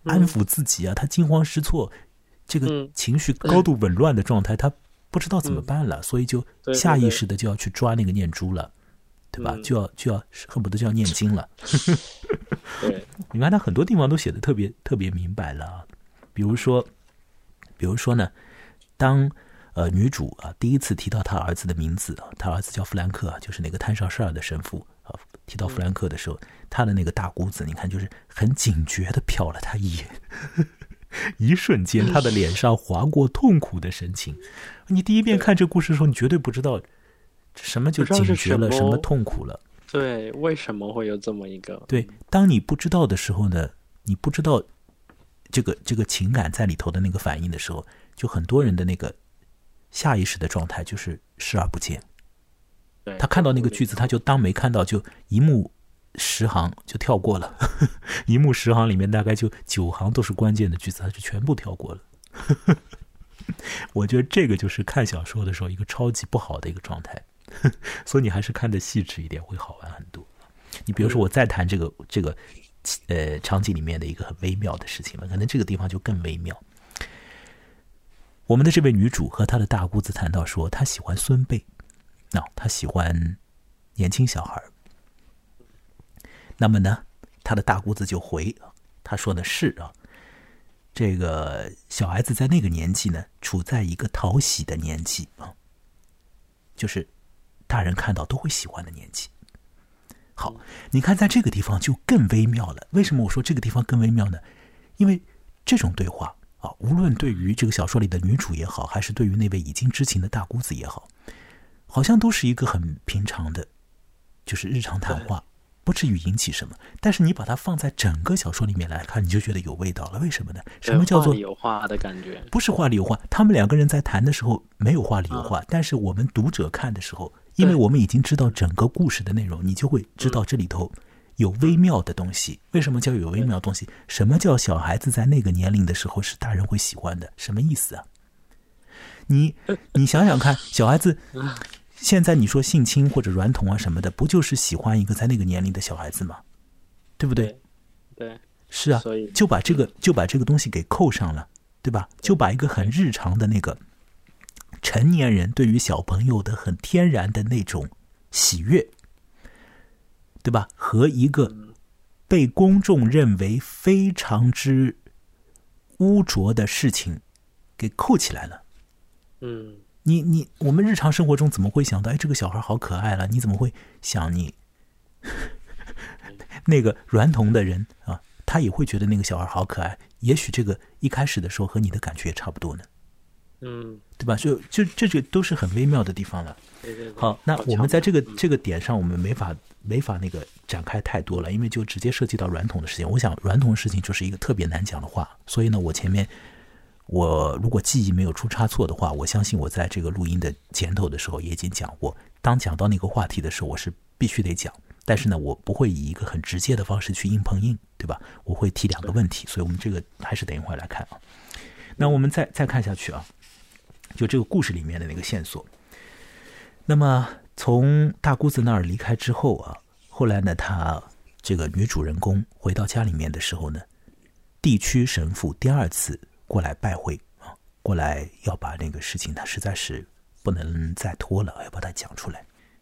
安抚自己啊，他惊慌失措，这个情绪高度紊乱的状态，他不知道怎么办了，所以就下意识的就要去抓那个念珠了，对吧？就要恨不得就要念经了。
对，
你看他很多地方都写的特别明白了，比如说呢，当女主啊第一次提到她儿子的名字啊，她儿子叫弗兰克啊，就是那个摊上事儿的神父啊，提到弗兰克的时候，他的那个大姑子，你看就是很警觉的瞟了他一眼，一瞬间他的脸上划过痛苦的神情。你第一遍看这故事的时候，你绝对不知道什么就警觉了，什么痛苦了。
对，为什么会有这么一个？
对，当你不知道的时候呢，你不知道这个情感在里头的那个反应的时候，就很多人的那个下意识的状态就是视而不见。他看到那个句子，他就当没看到，就一目10行就跳过了。一目10行里面大概就9行都是关键的句子，他就全部跳过了。我觉得这个就是看小说的时候一个超级不好的一个状态。所以你还是看得细致一点会好玩很多。你比如说我再谈这个场景里面的一个很微妙的事情了，可能这个地方就更微妙。我们的这位女主和她的大姑子谈到说，她喜欢孙辈，她喜欢年轻小孩。那么呢，她的大姑子就回，她说的是啊，这个小孩子在那个年纪呢，处在一个讨喜的年纪啊，就是大人看到都会喜欢的年纪。好，你看在这个地方就更微妙了。为什么我说这个地方更微妙呢？因为这种对话啊，无论对于这个小说里的女主也好，还是对于那位已经知情的大姑子也好，好像都是一个很平常的，就是日常谈话，不至于引起什么。但是你把它放在整个小说里面来看，你就觉得有味道了。为什么呢？什么叫做
话里有话的感觉？不
是话里有话，他们两个人在谈的时候没有话里有话，但是我们读者看的时候，因为我们已经知道整个故事的内容，你就会知道这里头有微妙的东西。为什么叫有微妙的东西？什么叫小孩子在那个年龄的时候是大人会喜欢的？什么意思啊？你想想看，小孩子现在你说性侵或者娈童啊什么的，不就是喜欢一个在那个年龄的小孩子吗？对不对？
对，
是啊，就把这个东西给扣上了，对吧？就把一个很日常的那个成年人对于小朋友的很天然的那种喜悦，对吧？和一个被公众认为非常之污浊的事情给扣起来了。我们日常生活中怎么会想到，这个小孩好可爱了？你怎么会想你那个娈童的人啊，他也会觉得那个小孩好可爱？也许这个一开始的时候和你的感觉也差不多呢。对吧？就这都是很微妙的地方了。
对，
好，那我们在这个点上，我们没法那个展开太多了，因为就直接涉及到娈童的事情。我想娈童的事情就是一个特别难讲的话，所以呢，我前面我如果记忆没有出差错的话，我相信我在这个录音的前头的时候也已经讲过。当讲到那个话题的时候，我是必须得讲，但是呢，我不会以一个很直接的方式去硬碰硬，对吧？我会提2个问题，所以我们这个还是等一会儿来看啊。那我们再看下去啊。就这个故事里面的那个线索。那么从大姑子那儿离开之后啊，后来呢，他这个女主人公回到家里面的时候呢，地区神父第2次过来拜会啊，过来要把那个事情他实在是不能再拖了，要把它讲出来。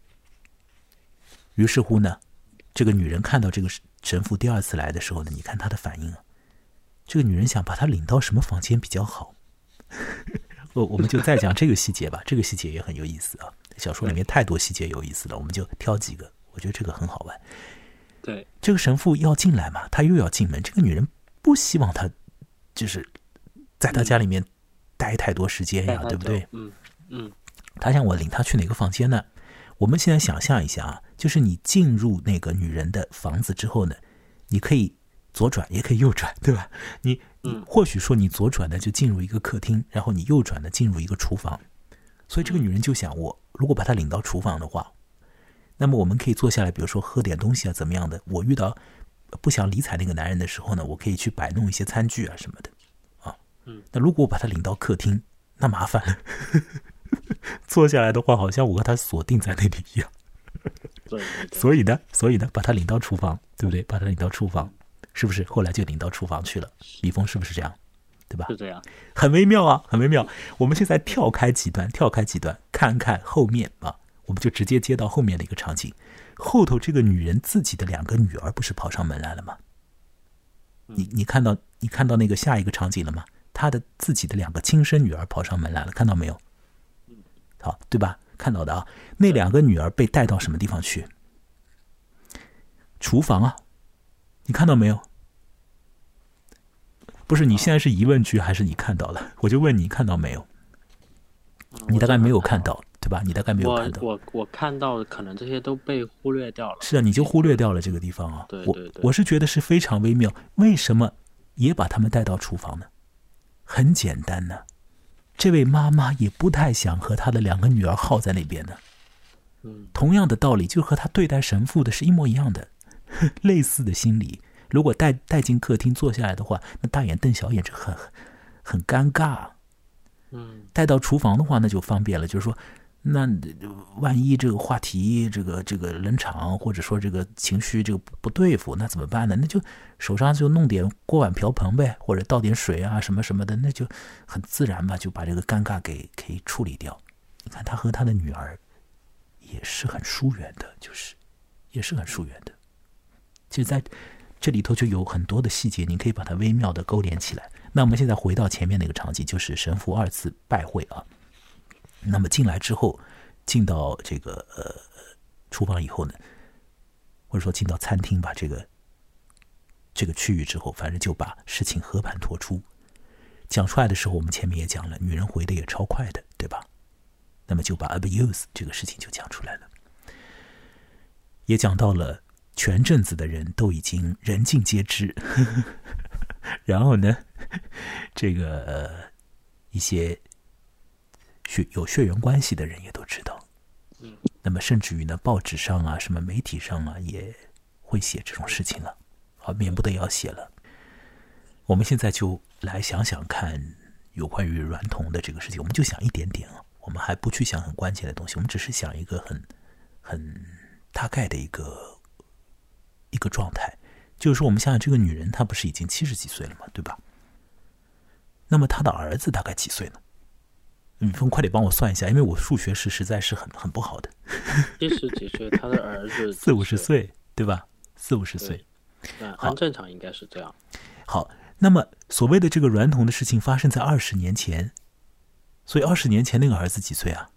于是乎呢，这个女人看到这个神父第2次来的时候呢，你看她的反应啊，这个女人想把他领到什么房间比较好？我们就再讲这个细节吧，这个细节也很有意思啊。小说里面太多细节有意思了，我们就挑几个，我觉得这个很好玩。
对，
这个神父要进来嘛，他又要进门，这个女人不希望他就是在他家里面待太多时间呀，对不对？他想我领他去哪个房间呢？我们现在想象一下啊，就是你进入那个女人的房子之后呢，你可以左转也可以右转，对吧？你或许说你左转的就进入一个客厅，然后你右转的进入一个厨房。所以这个女人就想，我如果把她领到厨房的话，那么我们可以坐下来，比如说喝点东西啊，怎么样的？我遇到不想理睬那个男人的时候呢，我可以去摆弄一些餐具啊什么的啊。那如果我把她领到客厅，那麻烦了。坐下来的话，好像我和她锁定在那里一样。所以呢，把她领到厨房，对不对？把她领到厨房。 是不是？后来就领到厨房去了。笔锋是不是这样？对吧？
是这样，
很微妙啊，很微妙。我们现在跳开几段，看看后面啊，我们就直接接到后面的一个场景。后头这个女人自己的2个女儿不是跑上门来了吗？你看到那个下一个场景了吗？她的自己的2个亲生女儿跑上门来了，看到没有？好，对吧？看到的啊。那2个女儿被带到什么地方去？厨房啊，你看到没有？不是，你现在是疑问句还是你看到了？我就问你看到没有？你大概没有看到，对吧？你大概没有看到。
我看到，可能这些都被忽略掉了。
是啊，你就忽略掉了这个地方啊。
对，
我是觉得是非常微妙。为什么也把他们带到厨房呢？很简单呢，这位妈妈也不太想和她的2个女儿耗在那边呢。同样的道理，就和她对待神父的是一模一样的，类似的心理。如果带进客厅坐下来的话，那大眼瞪小眼，这很尴尬。带到厨房的话，那就方便了。就是说，那万一这个话题，这个冷场，或者说这个情绪这个不对付，那怎么办呢？那就手上就弄点锅碗瓢盆呗，或者倒点水啊，什么什么的，那就很自然嘛，就把这个尴尬给可以处理掉。你看他和他的女儿也是很疏远的，也是很疏远的。其实在这里头就有很多的细节，你可以把它微妙的勾连起来。那我们现在回到前面那个场景，就是神父2次拜会啊。那么进来之后，进到这个厨房以后呢，或者说进到餐厅吧，这个区域之后，反正就把事情和盘托出。讲出来的时候，我们前面也讲了，女人回的也超快的，对吧？那么就把 abuse 这个事情就讲出来了，也讲到了全镇子的人都已经人尽皆知。然后呢，这个一些有血缘关系的人也都知道。那么甚至于呢，报纸上啊，什么媒体上啊，也会写这种事情了，好，免不得要写了。我们现在就来想想看，有关于娈童的这个事情，我们就想一点点啊，我们还不去想很关键的东西，我们只是想一个很大概的一个状态。就是说，我们想想这个女人，她不是已经70几岁了嘛，对吧？那么她的儿子大概几岁呢？雨峰，快点帮我算一下，因为我数学实在是很不好的。
70几岁，他的儿子
40、50岁，对吧？40、50岁，
按正常应该是这样。
好，那么所谓的这个娈童的事情发生在20年前，所以20年前那个儿子几岁啊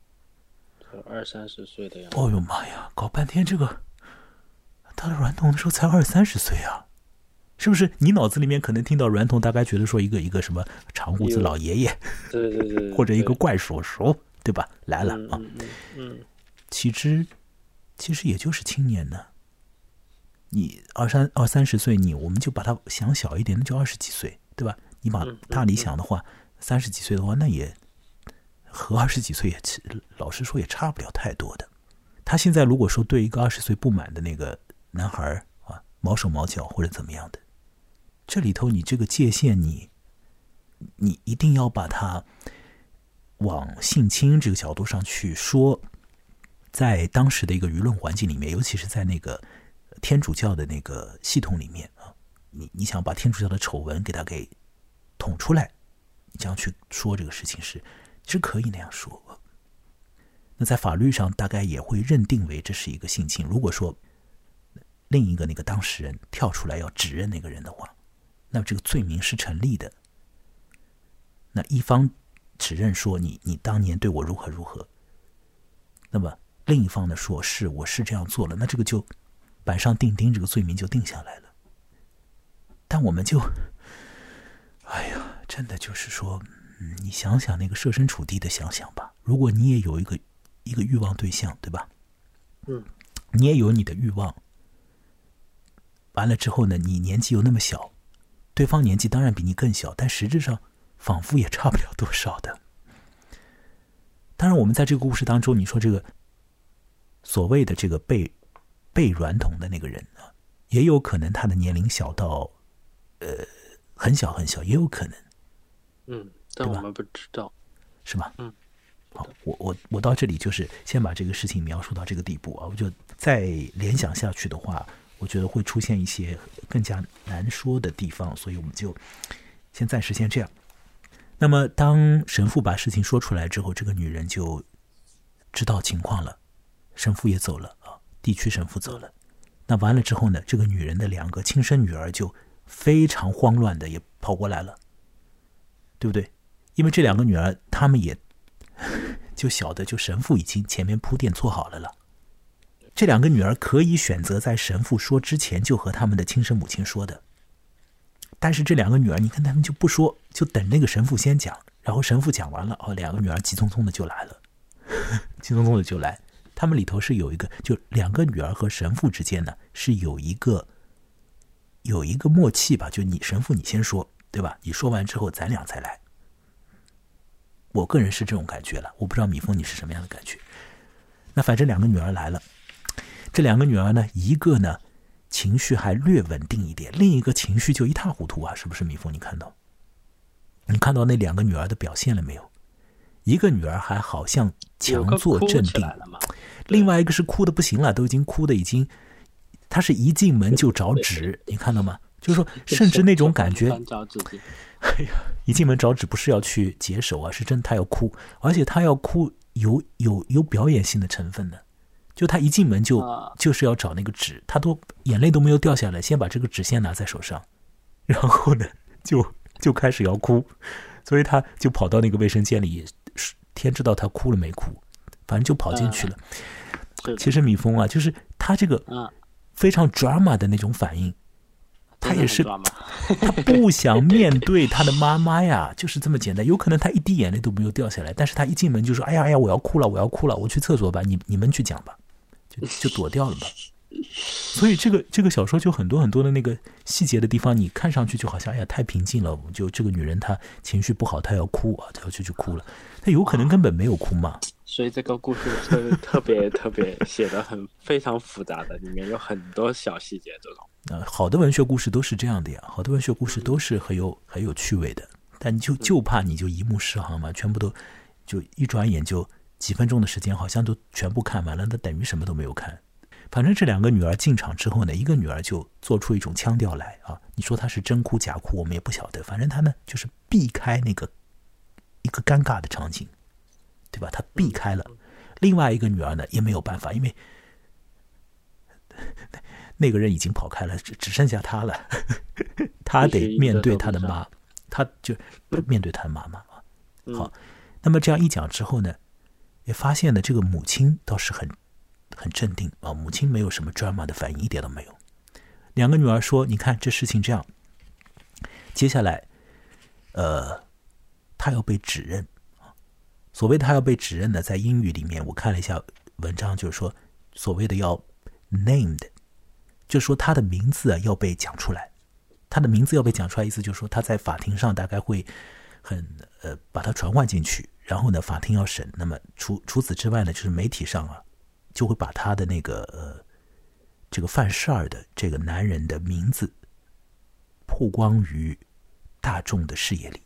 ？20、30岁的样子。
哦呦妈呀，搞半天这个。他的娈童的时候才20、30岁啊，是不是？你脑子里面可能听到娈童，大概觉得说一个什么长胡子老爷爷，
对，
或者一个怪叔叔，对吧？来了啊，其实也就是青年呢。你20、30岁，我们就把它想小一点，那就20几岁，对吧？你把大理想的话，30几岁的话，那也和20几岁也老实说也差不了太多的。他现在如果说对一个20岁不满的那个男孩啊，毛手毛脚或者怎么样的，这里头你这个界限你一定要把它往性侵这个角度上去说。在当时的一个舆论环境里面，尤其是在那个天主教的那个系统里面啊，你想把天主教的丑闻给它给捅出来，你这样去说这个事情是可以那样说。那在法律上大概也会认定为这是一个性侵。如果说另一个那个当事人跳出来要指认那个人的话，那这个罪名是成立的。那一方指认说你当年对我如何如何，那么另一方呢说是我是这样做了，那这个就板上钉钉，这个罪名就定下来了。但我们就哎呀，真的就是说你想想那个设身处地的想想吧，如果你也有一个欲望对象，对吧？你也有你的欲望，完了之后呢，你年纪又那么小，对方年纪当然比你更小，但实质上仿佛也差不了多少的。当然我们在这个故事当中，你说这个所谓的这个被娈童的那个人啊，也有可能他的年龄小到很小很小，也有可能。
但我们不知道，
是吧？好，我到这里就是先把这个事情描述到这个地步啊，我就再联想下去的话， 我觉得会出现一些更加难说的地方，所以我们就暂时这样。那么当神父把事情说出来之后，这个女人就知道情况了，神父也走了啊，地区神父走了。那完了之后呢，这个女人的2个亲生女儿就非常慌乱的也跑过来了，对不对？因为这2个女儿她们也就晓得，就神父已经前面铺垫做好了。这2个女儿可以选择在神父说之前就和他们的亲生母亲说的，但是这2个女儿你看他们就不说，就等那个神父先讲，然后神父讲完了2个女儿急匆匆的就来了急匆匆的就来。他们里头是有一个，就2个女儿和神父之间呢是有一个默契吧，就你神父你先说，对吧？你说完之后咱俩再来。我个人是这种感觉了，我不知道米峰你是什么样的感觉。那反正2个女儿来了，这2个女儿呢，一个呢情绪还略稳定一点，另一个情绪就一塌糊涂啊，是不是米峰？你看到那2个女儿的表现了没有？一个女儿还好像强作镇定，另外一个是哭的不行了，都已经哭的她是一进门就找纸，你看到吗？就是说甚至那种感觉一进门找纸不是要去解手啊，是真的她要哭，而且她要哭有表演性的成分的。就她一进门就是要找那个纸，她都眼泪都没有掉下来，先把这个纸先拿在手上，然后呢就开始要哭，所以她就跑到那个卫生间里，天知道她哭了没哭，反正就跑进去了。其实米峰啊，就是她这个非常 drama 的那种反应，她也是她不想面对她的妈妈呀，就是这么简单。有可能她一滴眼泪都没有掉下来，但是她一进门就说：“哎呀，我要哭了，我去厕所吧，你们去讲吧。”就躲掉了吧。所以这个小说就很多很多的那个细节的地方，你看上去就好像太平静了，就这个女人她情绪不好，她要哭啊，她要去哭了，她有可能根本没有哭嘛。
所以这个故事特别写得非常复杂的，里面有很多小细节这种。
好的文学故事都是这样的呀，好的文学故事都是很有趣味的，但就怕你就一目十行嘛，全部都就一转眼就几分钟的时间，好像都全部看完了，那等于什么都没有看。反正这2个女儿进场之后呢，一个女儿就做出一种腔调来啊，你说她是真哭假哭我们也不晓得，反正她呢就是避开那个一个尴尬的场景，对吧？她避开了。另外一个女儿呢也没有办法，因为那个人已经跑开了，只剩下她了她得面对她的妈，她就面对她的妈妈。好，那么这样一讲之后呢，也发现呢这个母亲倒是很镇定啊，母亲没有什么 drama 的反应，一点都没有。2个女儿说：“你看这事情这样，接下来，她要被指认。所谓的她要被指认呢，在英语里面我看了一下文章，就是说所谓的要 named， 就是说她的名字要被讲出来。她的名字要被讲出来，意思就是说她在法庭上大概会把她传唤进去，然后呢法庭要审。那么除此之外呢，就是媒体上啊。”就会把他的那个这个犯事儿的这个男人的名字曝光于大众的视野里。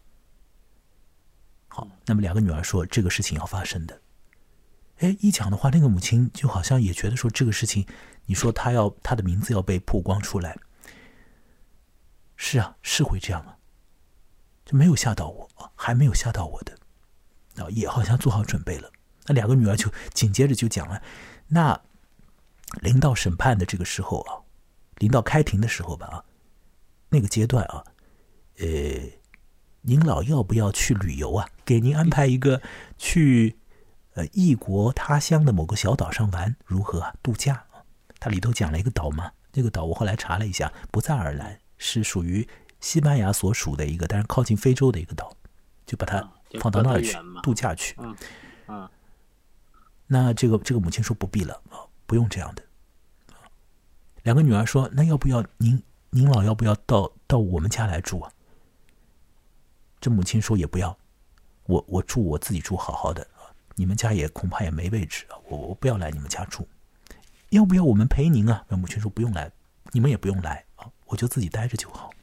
好，那么2个女儿说这个事情要发生的。一讲的话，那个母亲就好像也觉得说这个事情，你说她的名字要被曝光出来，是啊，是会这样啊，就没有吓到我，还没有吓到我的，也好像做好准备了。那2个女儿就紧接着就讲了，那临到审判的这个时候啊，临到开庭的时候吧啊，那个阶段啊，您老要不要去旅游啊？给您安排一个去异国他乡的某个小岛上玩，如何啊？度假啊？它里头讲了一个岛嘛，这个岛我后来查了一下，不在爱尔兰，是属于西班牙所属的一个，但是靠近非洲的一个岛，就把它放到那儿去度假去。那这个母亲说不必了啊，不用这样的。2个女儿说，那要不要您老要不要到我们家来住啊？这母亲说也不要，我住我自己住好好的，你们家也恐怕也没位置啊，我不要来你们家住。要不要我们陪您啊？那母亲说不用来，你们也不用来啊，我就自己待着就好。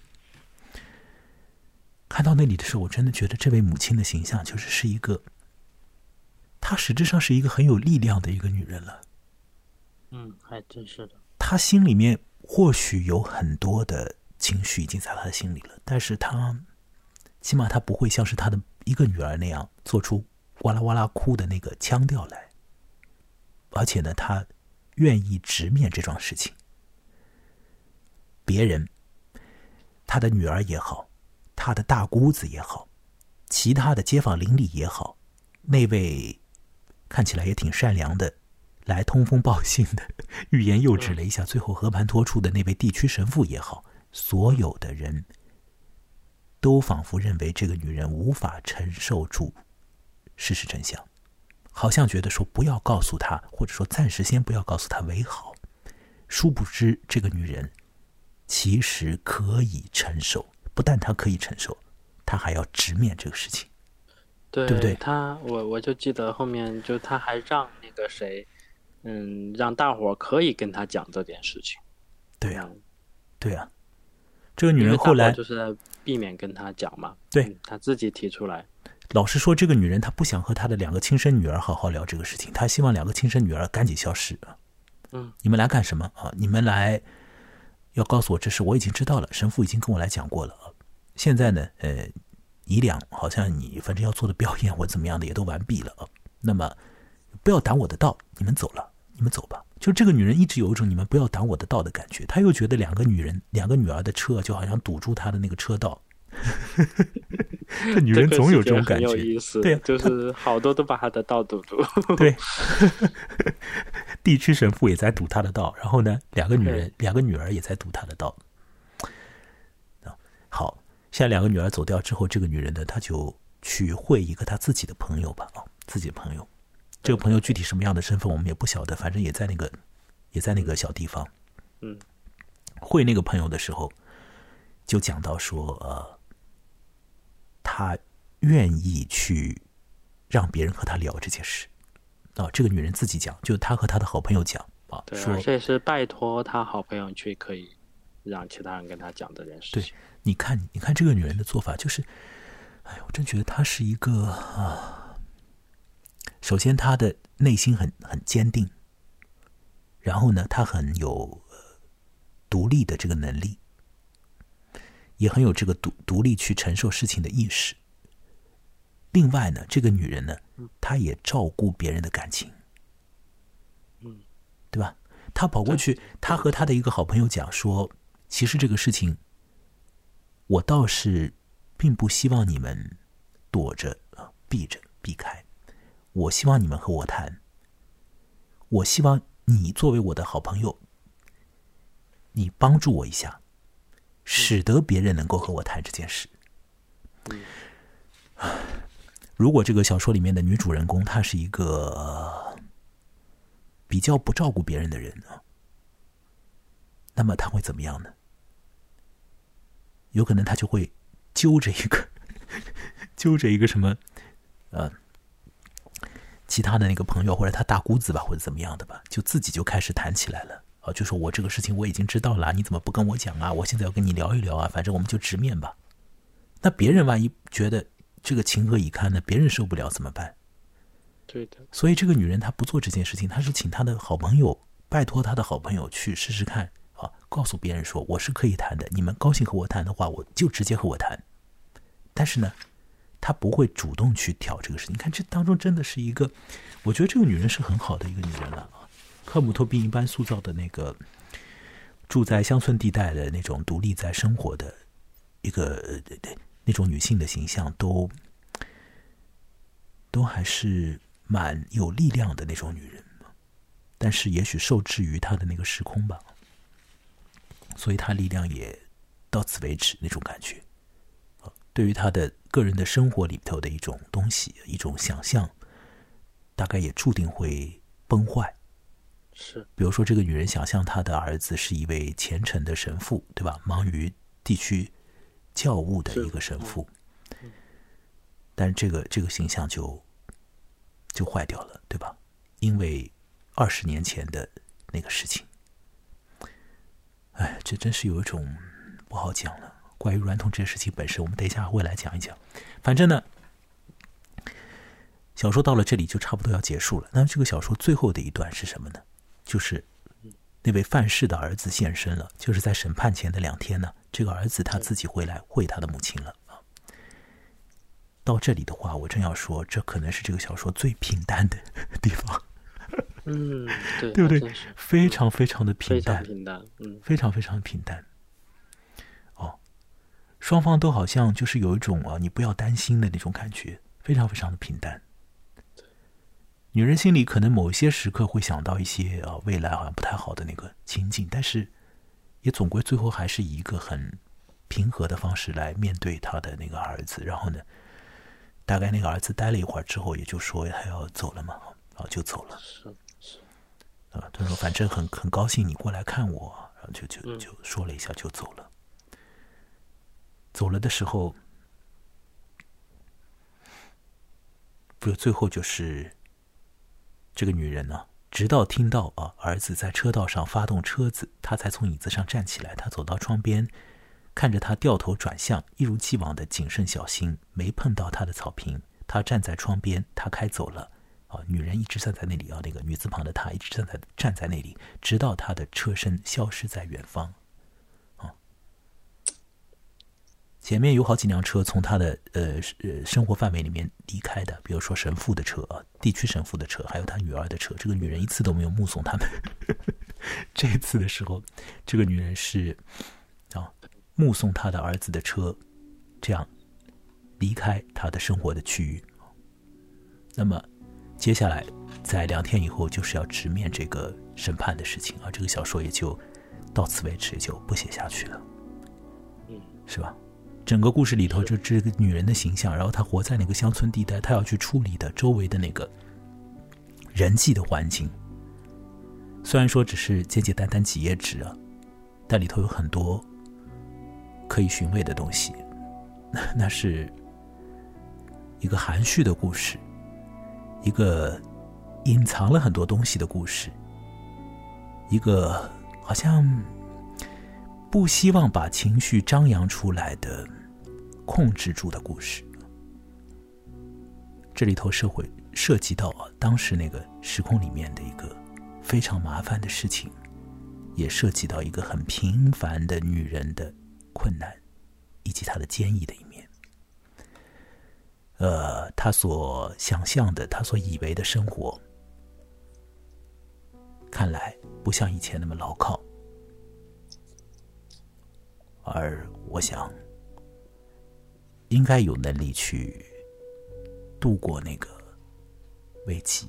看到那里的时候，我真的觉得这位母亲的形象就是一个，她实质上是一个很有力量的一个女人了。
还真是的。
他心里面或许有很多的情绪已经在他的心里了，但是他起码他不会像是他的一个女儿那样做出哇啦哇啦哭的那个腔调来，而且呢，他愿意直面这桩事情。别人，他的女儿也好，他的大姑子也好，其他的街坊邻里也好，那位看起来也挺善良的来通风报信的欲言又止了一下，最后和盘托出的那位地区神父也好，所有的人都仿佛认为这个女人无法承受住事实真相，好像觉得说不要告诉她，或者说暂时先不要告诉她为好。殊不知这个女人其实可以承受，不但她可以承受，她还要直面这个事情，
对
不对？
我就记得后面就他还让那个谁，让大伙可以跟他讲这件事情。
对呀，对呀。这个女人后来
就是在避免跟他讲嘛，
对，
他自己提出来。
老实说，这个女人她不想和她的2个亲生女儿好好聊这个事情，她希望2个亲生女儿赶紧消失。你们来干什么啊？你们来要告诉我这事，我已经知道了，神父已经跟我来讲过了。现在呢，仪两好像你反正要做的表演或怎么样的也都完毕了啊。那么不要挡我的道，你们走了，你们走吧。就这个女人一直有一种你们不要挡我的道的感觉，她又觉得2个女儿的车就好像堵住她的那个车道。这女人总有这种感觉，
很有意思。
对，
就是好多都把她的道堵住。
对，地区神父也在堵她的道，然后呢，2个女儿也在堵她的道。好，现在2个女儿走掉之后，这个女人呢，她就去会一个她自己的朋友吧，自己的朋友。这个朋友具体什么样的身份我们也不晓得，反正也在那个小地方。会那个朋友的时候，就讲到说，他愿意去让别人和他聊这件事。这个女人自己讲，就她和她的好朋友讲
对，
说
这也是拜托她好朋友去可以让其他人跟她讲这件事情。
对，你看这个女人的做法，就是，哎呀，我真觉得她是一个首先她的内心很坚定，然后呢，她很有独立的这个能力，也很有这个独立去承受事情的意识。另外呢，这个女人呢，她也照顾别人的感情，对吧？她跑过去，她和她的一个好朋友讲说，其实这个事情，我倒是并不希望你们躲着、避开，我希望你们和我谈，我希望你作为我的好朋友，你帮助我一下，使得别人能够和我谈这件事。如果这个小说里面的女主人公她是一个比较不照顾别人的人那么她会怎么样呢？有可能她就会揪着一个什么其他的那个朋友或者她大姑子吧，或者怎么样的吧，就自己就开始谈起来了就说我这个事情我已经知道了，你怎么不跟我讲啊？我现在要跟你聊一聊啊，反正我们就直面吧。那别人万一觉得这个情何以堪呢？别人受不了怎么办？
对的。
所以这个女人她不做这件事情，她是请她的好朋友，拜托她的好朋友去试试看告诉别人说我是可以谈的，你们高兴和我谈的话，我就直接和我谈。但是呢，她不会主动去挑这个事情。你看这当中真的是一个，我觉得这个女人是很好的一个女人了科姆托宾一般塑造的那个住在乡村地带的那种独立在生活的一个那种女性的形象，都还是蛮有力量的那种女人，但是也许受制于她的那个时空吧，所以她力量也到此为止那种感觉。对于她的个人的生活里头的一种东西，一种想象，大概也注定会崩坏。
是，
比如说这个女人想象她的儿子是一位虔诚的神父，对吧？忙于地区教务的一个神父，但是这个形象就坏掉了，对吧？因为20年前的那个事情，哎，这真是有一种不好讲了。关于娈童这个事情本身，我们等一下会来讲一讲。反正呢，小说到了这里就差不多要结束了。那这个小说最后的一段是什么呢？就是那位范氏的儿子现身了，就是在审判前的2天呢，这个儿子他自己回来会他的母亲了。到这里的话，我正要说，这可能是这个小说最平淡的地方。
对，
对不对？非常非常的平淡，非常非常的平淡。双方都好像就是有一种你不要担心的那种感觉，非常非常的平淡。女人心里可能某一些时刻会想到一些未来好像不太好的那个情景，但是也总归最后还是以一个很平和的方式来面对她的那个儿子。然后呢，大概那个儿子待了一会儿之后，也就说他要走了嘛，就走了。他说反正很高兴你过来看我，然后就说了一下就走了。走了的时候，最后就是这个女人呢，直到听到儿子在车道上发动车子，她才从椅子上站起来。她走到窗边，看着他掉头转向，一如既往的谨慎小心，没碰到他的草坪。他站在窗边，他开走了。女人一直站在那里，那个女字旁的她一直站在那里，直到她的车身消失在远方。前面有好几辆车从他的生活范围里面离开的，比如说神父的车地区神父的车，还有他女儿的车。这个女人一次都没有目送他们。这一次的时候，这个女人是目送他的儿子的车，这样离开他的生活的区域。那么接下来在2天以后就是要直面这个审判的事情这个小说也就到此为止，也就不写下去了，是吧？整个故事里头就这个女人的形象，然后她活在那个乡村地带，她要去处理的周围的那个人际的环境，虽然说只是简简单单几页纸但里头有很多可以寻味的东西。那是一个含蓄的故事，一个隐藏了很多东西的故事，一个好像不希望把情绪张扬出来的控制住的故事。这里头涉及到当时那个时空里面的一个非常麻烦的事情，也涉及到一个很平凡的女人的困难以及她的坚毅的一面。她所想象的，她所以为的生活，看来不像以前那么牢靠。而我想应该有能力去度过那个危机。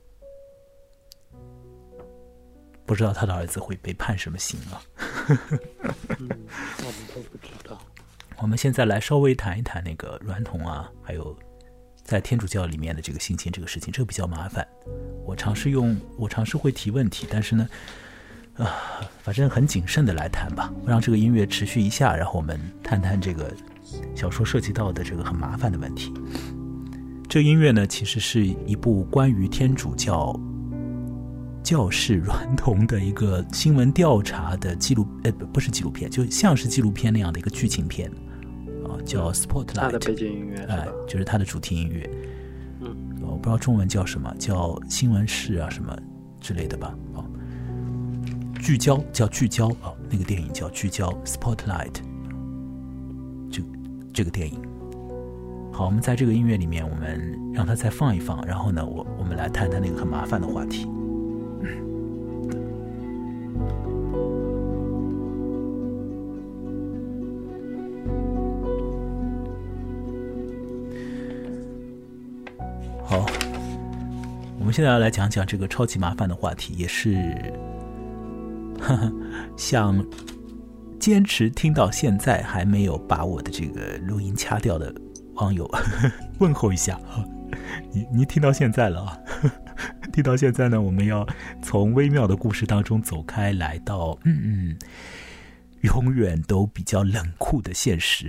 不知道他的儿子会被判什么刑
我们都不知道。
我们现在来稍微谈一谈那个娈童还有在天主教里面的这个性侵这个事情，这个比较麻烦。我尝试会提问题，但是呢反正很谨慎的来谈吧，让这个音乐持续一下，然后我们谈谈这个小说涉及到的这个很麻烦的问题。这个音乐呢，其实是一部关于天主教教士娈童的一个新闻调查的不是纪录片，就像是纪录片那样的一个剧情片叫 Spotlight，
它的背景音乐是吧？
就是它的主题音乐。我不知道中文叫什么，叫新闻室什么之类的吧。聚焦叫聚焦那个电影叫聚焦 Spotlight， 这个电影。好，我们在这个音乐里面，我们让它再放一放，然后呢，我们来谈谈那个很麻烦的话题。好，我们现在要来讲讲这个超级麻烦的话题，也是向坚持听到现在还没有把我的这个录音掐掉的网友问候一下你听到现在了听到现在呢，我们要从微妙的故事当中走开，来到永远都比较冷酷的现实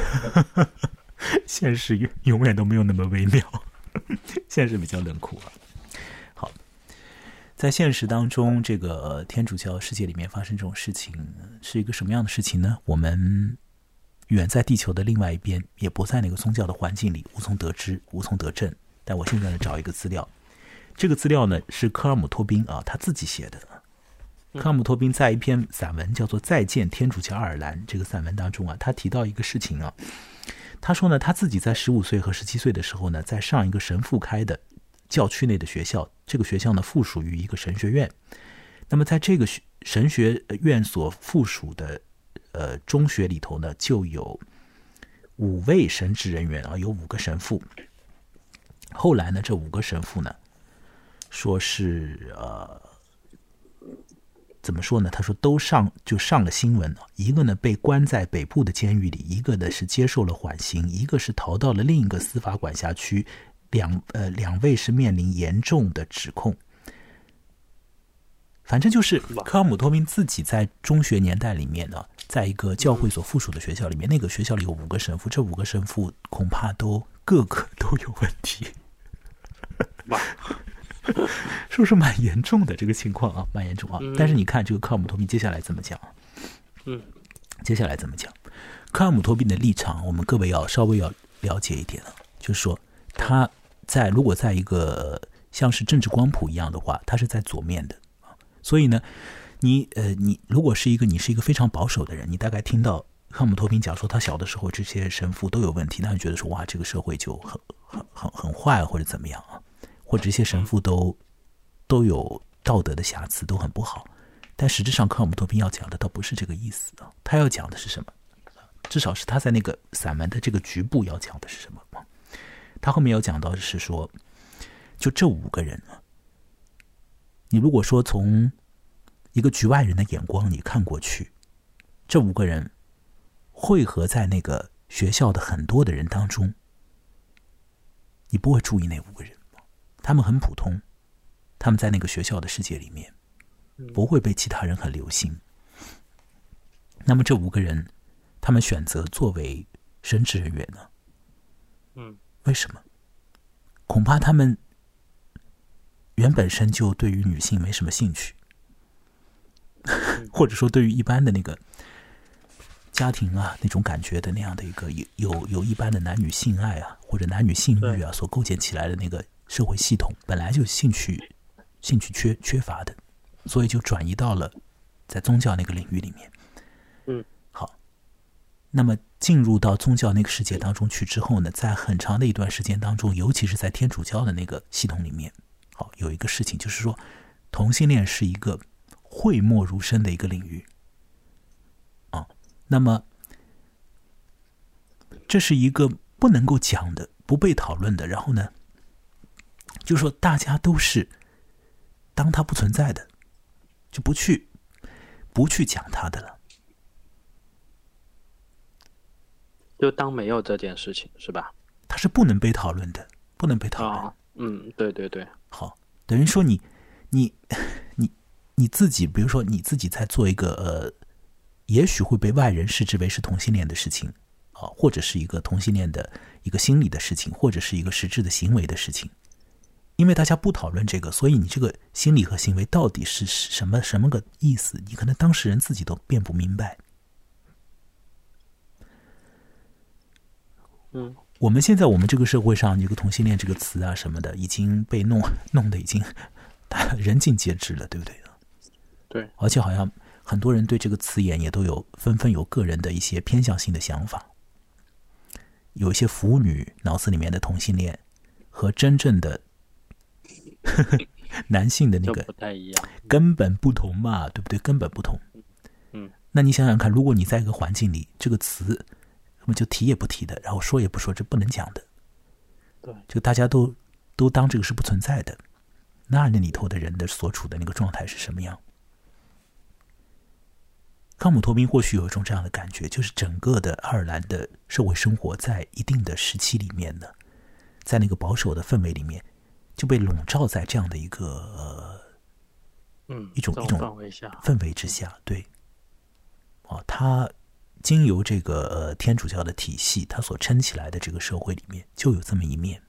现实永远都没有那么微妙现实比较冷酷好，在现实当中，这个天主教世界里面发生这种事情是一个什么样的事情呢？我们远在地球的另外一边，也不在那个宗教的环境里，无从得知，无从得证。但我现在呢找一个资料，这个资料呢是科尔姆托宾他自己写的。 康姆托宾在一篇散文叫做《再见天主教爱尔兰》这个散文当中啊，他提到一个事情啊，他说呢，他自己在15岁和17岁的时候呢，在上一个神父开的教区内的学校，这个学校呢附属于一个神学院。那么在这个神学院所附属的中学里头呢，就有5位神职人员啊，有5个神父。后来呢，这5个神父呢，说是怎么说呢？他说都上了新闻，一个呢被关在北部的监狱里，一个呢是接受了缓刑，一个是逃到了另一个司法管辖区，两位是面临严重的指控。反正就是科尔姆托宾自己在中学年代里面呢，在一个教会所附属的学校里面，那个学校里有5个神父，这5个神父恐怕个个都有问题。是不是蛮严重的这个情况啊？蛮严重啊！但是你看这个科尔姆托宾接下来怎么讲？接下来怎么讲？科尔姆托宾的立场，我们各位稍微要了解一点啊，就是说他如果在一个像是政治光谱一样的话，他是在左面的。所以呢，你如果是一个非常保守的人，你大概听到科尔姆托宾讲说他小的时候这些神父都有问题，那你觉得说哇，这个社会就很坏或者怎么样啊？或者这些神父都有道德的瑕疵，都很不好。但实质上科尔姆托宾要讲的倒不是这个意思啊，他要讲的是什么？至少是他在那个散文的这个局部要讲的是什么？他后面要讲到的是说，就这5个人啊，你如果说从一个局外人的眼光你看过去，这5个人汇合在那个学校的很多的人当中，你不会注意那5个人，他们很普通，他们在那个学校的世界里面不会被其他人很留心。那么这5个人他们选择作为神职人员呢？为什么？恐怕他们原本身就对于女性没什么兴趣，或者说对于一般的那个家庭啊那种感觉的那样的一个有一般的男女性爱啊或者男女性欲啊所构建起来的那个社会系统，本来就兴趣缺乏的，所以就转移到了在宗教那个领域里面。好，那么进入到宗教那个世界当中去之后呢，在很长的一段时间当中，尤其是在天主教的那个系统里面，好，有一个事情就是说，同性恋是一个讳莫如深的一个领域啊。那么这是一个不能够讲的、不被讨论的，然后呢，就是说大家都是当它不存在的，就不去讲它的了。
就当没有这件事情，是吧？
它是不能被讨论的，不能被讨
论。对对对。
好，等于说你自己，比如说你自己在做一个也许会被外人视之为是同性恋的事情啊，或者是一个同性恋的一个心理的事情，或者是一个实质的行为的事情。因为大家不讨论这个，所以你这个心理和行为到底是什么个意思，你可能当事人自己都辩不明白。我们现在我们这个社会上，这个同性恋这个词啊什么的，已经被弄得已经人尽皆知了，对不对？
对，
而且好像很多人对这个词眼也都纷纷有个人的一些偏向性的想法。有一些腐女脑子里面的同性恋和真正的男性的那个
不太一样，
根本不同嘛，对不对？根本不同。那你想想看，如果你在一个环境里，这个词那么就提也不提的，然后说也不说，这不能讲的。
对，
就大家都当这个是不存在的，那里头的人的所处的那个状态是什么样？康姆托宾或许有一种这样的感觉，就是整个的爱尔兰的社会生活在一定的时期里面呢，在那个保守的氛围里面，就被笼罩在这样的一个一种氛围之下。对，他经由这个天主教的体系，它所撑起来的这个社会里面就有这么一面。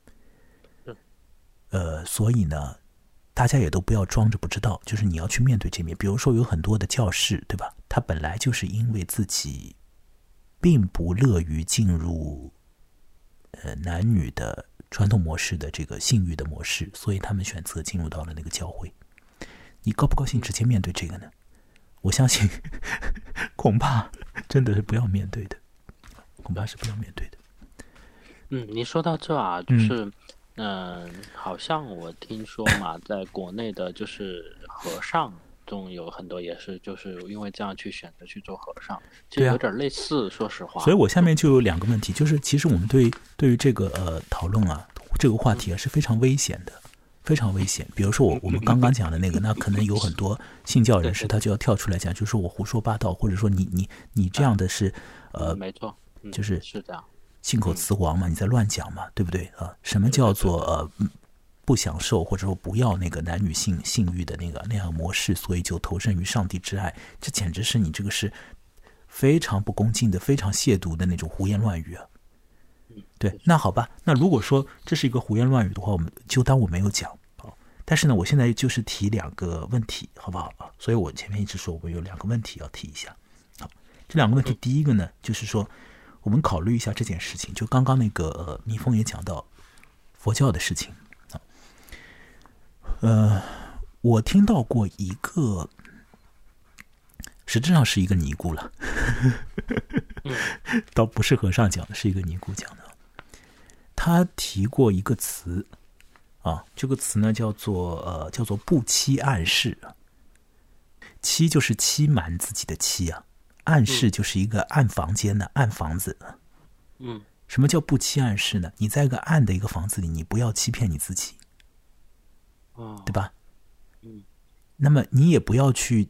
所以呢，大家也都不要装着不知道，就是你要去面对这面。比如说有很多的教士，对吧？他本来就是因为自己并不乐于进入男女的传统模式的这个性欲的模式，所以他们选择进入到了那个教会。 你高不高兴直接面对这个呢？我相信恐怕真的是不要面对的，恐怕是不要面对的。
您说到这啊，就是好像我听说嘛，在国内的就是和尚中有很多也是就是因为这样去选择去做和尚，其实有点类似，说实话。
所以我下面就有2个问题，就是其实我们对于这个讨论啊，这个话题啊是非常危险的，非常危险。比如说我们刚刚讲的那个，那可能有很多信教人士他就要跳出来讲，就是说我胡说八道，或者说你这样的是
没错，
就是
这样。
信口雌黄嘛，你在乱讲嘛，对不对啊？什么叫做不享受或者说不要那个男女性欲的那样模式，所以就投身于上帝之爱？这简直是你这个是非常不恭敬的、非常亵渎的那种胡言乱语啊！对，那好吧，那如果说这是一个胡言乱语的话，我们就当我没有讲。但是呢，我现在就是提2个问题，好不好啊？所以我前面一直说我有2个问题要提一下。好，这2个问题，第一个呢，就是说。我们考虑一下这件事情，就刚刚那个蜜蜂也讲到佛教的事情啊。我听到过一个，实质上是一个尼姑了，倒不是和尚讲的，是一个尼姑讲的。他提过一个词啊，这个词呢叫做不欺暗室。欺就是欺瞒自己的欺啊。暗室就是一个暗房间的暗房子。什么叫不欺暗室呢？你在一个暗的一个房子里，你不要欺骗你自己，对吧？那么你也不要去，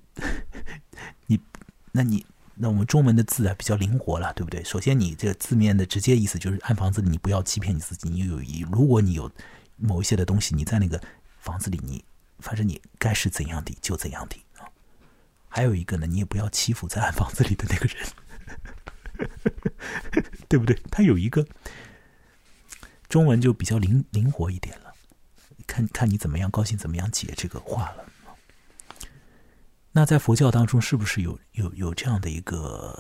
那我们中文的字啊比较灵活了，对不对？首先，你这个字面的直接意思就是暗房子里你不要欺骗你自己。如果你有某一些的东西，你在那个房子里，反正你该是怎样的就怎样的。还有一个呢，你也不要欺负在暗房子里的那个人，对不对？他有一个中文就比较灵活一点了，看你怎么样高兴怎么样解这个话了。那在佛教当中，是不是有这样的一个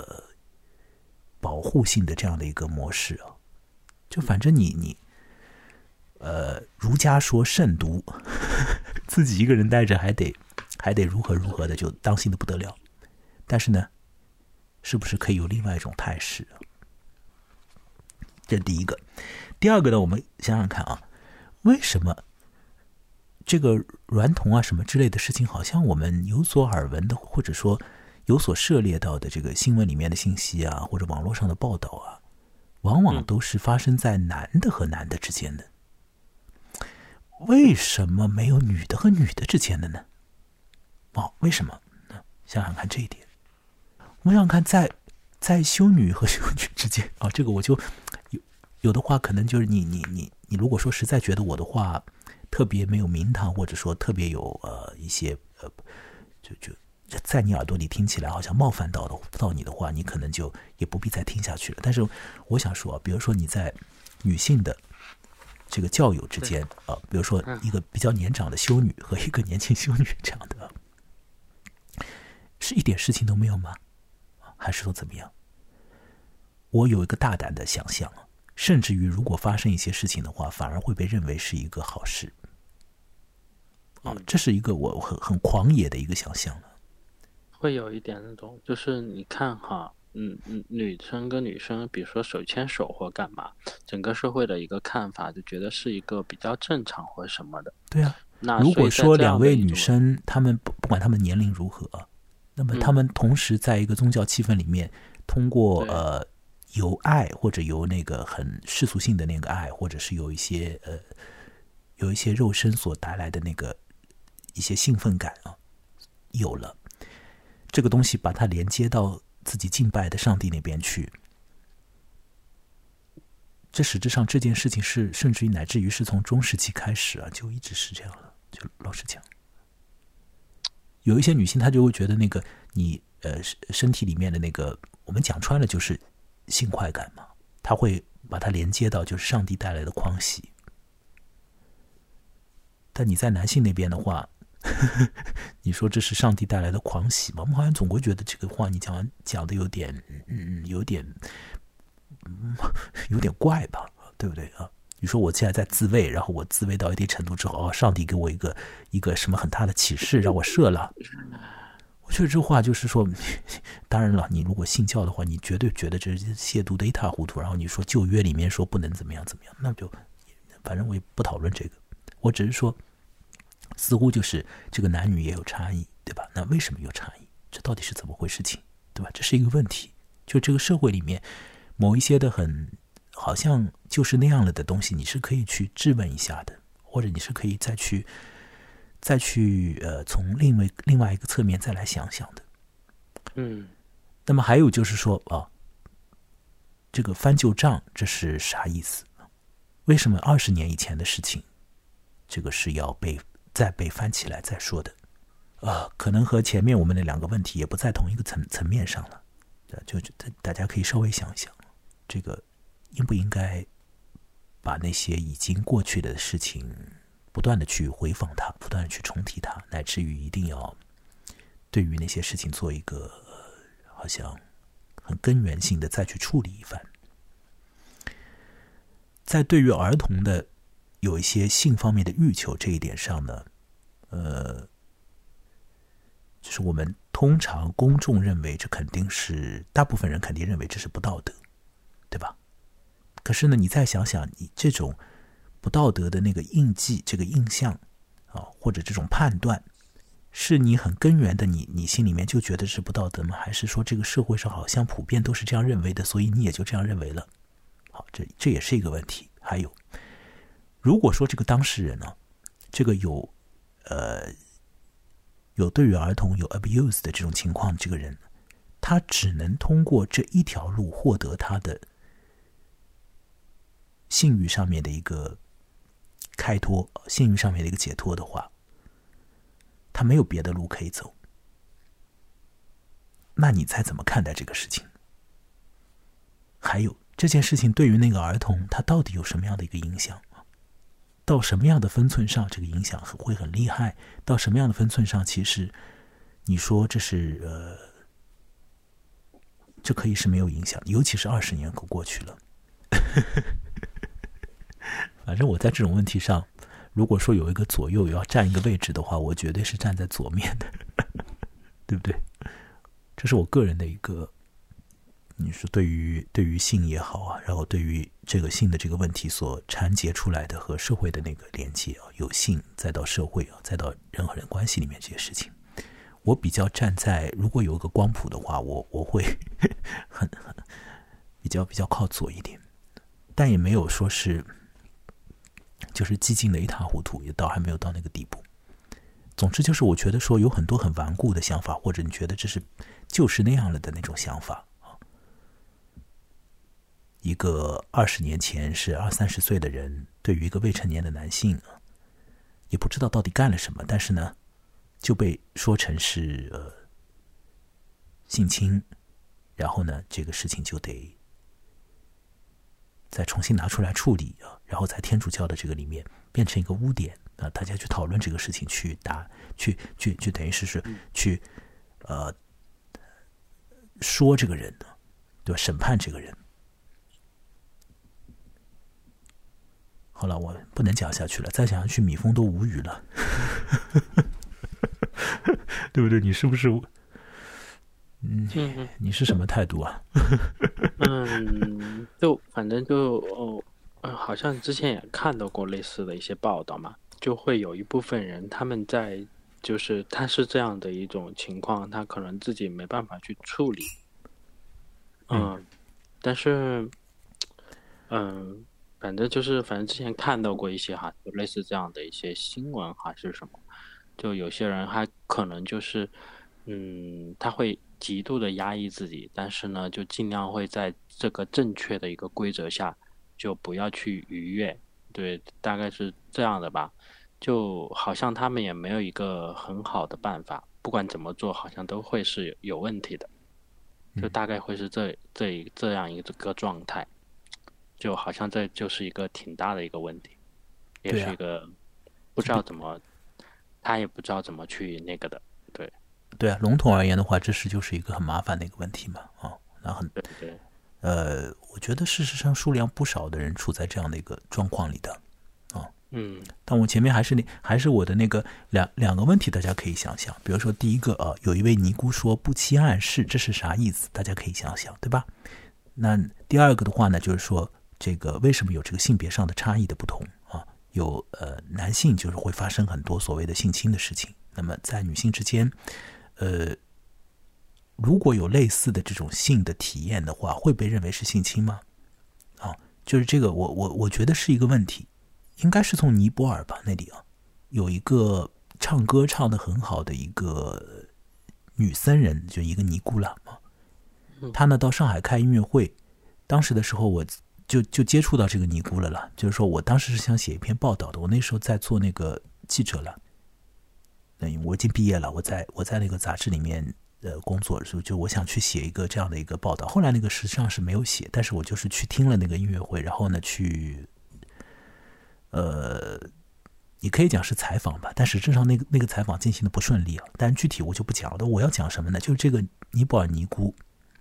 保护性的这样的一个模式啊？就反正你儒家说慎独，自己一个人待着还得如何的，就当心的不得了。但是呢，是不是可以有另外一种态势？这是第一个。第二个呢，我们想想看啊，为什么这个娈童啊什么之类的事情，好像我们有所耳闻的，或者说有所涉猎到的这个新闻里面的信息啊，或者网络上的报道啊，往往都是发生在男的和男的之间的。为什么没有女的和女的之间的呢？为什么？想想看这一点。我想想看，在修女和修女之间啊，这个我就有的话，可能就是你如果说实在觉得我的话特别没有名堂，或者说特别有一些就在你耳朵里听起来好像冒犯到你的话，你可能就也不必再听下去了。但是我想说，比如说你在女性的这个教友之间啊，比如说一个比较年长的修女和一个年轻修女这样的，是一点事情都没有吗？还是说怎么样？我有一个大胆的想象，甚至于如果发生一些事情的话，反而会被认为是一个好事。这是一个我很狂野的一个想象了。
会有一点那种，就是你看哈，女生跟女生，比如说手牵手或干嘛，整个社会的一个看法就觉得是一个比较正常或什么的。
对啊，如果说2位女生，她们不管她们年龄如何，那么她们同时在一个宗教气氛里面，通过由爱或者由那个很世俗性的那个爱，或者是有一些肉身所带来的那个一些兴奋感啊，有了这个东西，把它连接到自己敬拜的上帝那边去。这实质上这件事情是，甚至于乃至于是从中世纪开始啊，就一直是这样了。就老实讲，有一些女性她就会觉得那个你身体里面的那个，我们讲穿了就是性快感嘛，她会把它连接到就是上帝带来的狂喜。但你在男性那边的话，你说这是上帝带来的狂喜吗？我们好像总会觉得这个话你讲的有点怪吧，对不对啊？ 你说我现在在自慰，然后我自慰到一定程度之后，上帝给我一个什么很大的启示，让我射了。我觉得这话就是说，当然了，你如果信教的话，你绝对觉得这是亵渎的一塌糊涂。然后你说旧约里面说不能怎么样怎么样，那就反正我也不讨论这个。我只是说，似乎就是这个男女也有差异，对吧？那为什么有差异？这到底是怎么回事情，对吧？这是一个问题。就这个社会里面某一些的很好像就是那样了的东西，你是可以去质问一下的，或者你是可以再去从另外一个侧面再来想想的。那么还有就是说这个翻旧账这是啥意思？为什么20年以前的事情，这个是要再被翻起来再说的？可能和前面我们的两个问题也不在同一个层面上了。就大家可以稍微想一想，这个应不应该把那些已经过去的事情不断的去回放它，不断的去重提它，乃至于一定要对于那些事情做一个好像很根源性的再去处理一番。在对于儿童的有一些性方面的欲求这一点上呢，就是我们通常公众认为这肯定是大部分人肯定认为这是不道德，对吧？可是呢，你再想想，你这种不道德的那个印记、这个印象或者这种判断，是你很根源的，你心里面就觉得是不道德吗？还是说这个社会上好像普遍都是这样认为的，所以你也就这样认为了？好，这也是一个问题。还有，如果说这个当事人呢，这个有对于儿童有 abuse 的这种情况，这个人他只能通过这一条路获得他的性欲上面的一个开脱，性欲上面的一个解脱的话，他没有别的路可以走。那你猜怎么看待这个事情？还有这件事情对于那个儿童，他到底有什么样的一个影响？到什么样的分寸上，这个影响会很厉害？到什么样的分寸上，其实你说这是这可以是没有影响，尤其是20年过去了。反正我在这种问题上，如果说有一个左右要占一个位置的话，我绝对是站在左面的，对不对？这是我个人的一个，你说对于性也好啊，然后对于这个性的这个问题所缠结出来的和社会的那个连接有性再到社会再到人和人关系里面这些事情，我比较站在，如果有一个光谱的话，我会很比较靠左一点，但也没有说是就是激进的一塌糊涂，也倒还没有到那个地步。总之就是我觉得说有很多很顽固的想法，或者你觉得这是就是那样了的那种想法。一个20年前是20-30岁的人，对于一个未成年的男性也不知道到底干了什么，但是呢就被说成是性侵，然后呢这个事情就得再重新拿出来处理然后在天主教的这个里面变成一个污点大家去讨论这个事情，去等于是去说这个人对吧？审判这个人。好了，我不能讲下去了，再讲下去米峰都无语了，对不对？你是不是？你是什么态度啊？
就反正就好像之前也看到过类似的一些报道嘛，就会有一部分人他们在就是他是这样的一种情况，他可能自己没办法去处理，但是反正之前看到过一些就类似这样的一些新闻还是什么，就有些人还可能就是他会极度的压抑自己，但是呢就尽量会在这个正确的一个规则下就不要去逾越，对，大概是这样的吧。就好像他们也没有一个很好的办法，不管怎么做好像都会是有问题的，就大概会是这样一个状态，就好像这就是一个挺大的一个问题，也是一个不知道怎么他也不知道怎么去那个的。
对啊，笼统而言的话，这就是一个很麻烦的一个问题嘛那
对
我觉得事实上数量不少的人处在这样的一个状况里的但我前面还是我的那个两个问题，大家可以想想。比如说第一个有一位尼姑说不期暗示，这是啥意思？大家可以想想，对吧？那第二个的话呢，就是说这个为什么有这个性别上的差异的不同啊？有男性就是会发生很多所谓的性侵的事情，那么在女性之间，如果有类似的这种性的体验的话，会被认为是性侵吗？就是这个我觉得是一个问题。应该是从尼泊尔吧，那里有一个唱歌唱得很好的一个女僧人，就一个尼姑喇嘛。她呢到上海开音乐会，当时的时候我就接触到这个尼姑了啦。就是说我当时是想写一篇报道的，我那时候在做那个记者了。我已经毕业了，我在那个杂志里面工作，就我想去写一个这样的一个报道。后来那个实际上是没有写，但是我就是去听了那个音乐会，然后呢去。你可以讲是采访吧，但实质上那个采访进行的不顺利但具体我就不讲了。我要讲什么呢？就是这个尼泊尔尼姑，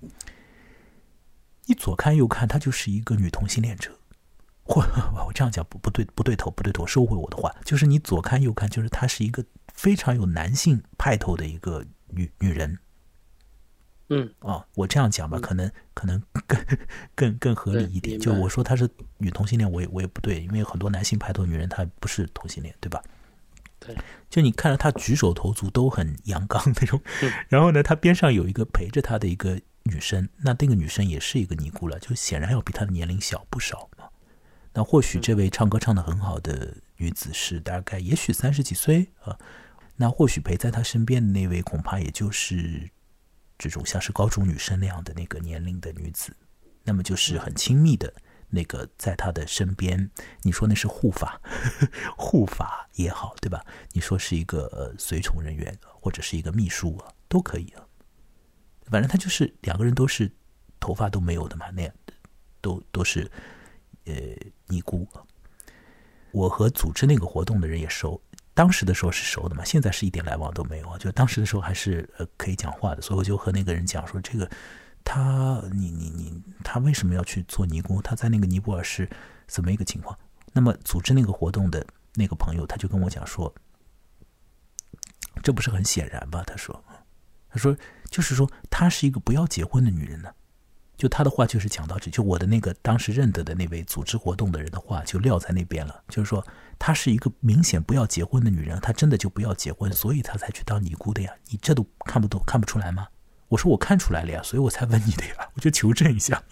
你左看右看，她就是一个女同性恋者。我这样讲不对头，收回我的话，就是你左看右看，就是她是一个非常有男性派头的一个女人。我这样讲吧，可能更合理一点。就我说她是女同性恋，我也不对，因为很多男性派头的女人她不是同性恋，对吧？
对。
就你看到她举手投足都很阳刚那种，然后呢，她边上有一个陪着她的一个女生，那个女生也是一个尼姑了，就显然要比她的年龄小不少嘛。那或许这位唱歌唱得很好的女子是大概也许30几岁那或许陪在她身边的那位恐怕也就是这种像是高中女生那样的那个年龄的女子，那么就是很亲密的那个在她的身边，你说那是护法也好，对吧？你说是一个随从人员或者是一个秘书都可以反正他就是两个人都是头发都没有的嘛，那样都是尼姑。我和组织那个活动的人也熟。当时的时候是熟的嘛，现在是一点来往都没有就当时的时候还是可以讲话的，所以我就和那个人讲说，这个他为什么要去做尼姑？他在那个尼泊尔是怎么一个情况？那么组织那个活动的那个朋友他就跟我讲说，这不是很显然吧？他说就是说她是一个不要结婚的女人呢。就他的话就是讲到这，就我的那个当时认得的那位组织活动的人的话就撂在那边了，就是说她是一个明显不要结婚的女人，她真的就不要结婚，所以她才去当尼姑的呀，你这都看不出来吗？我说我看出来了呀，所以我才问你的呀，我就求证一下。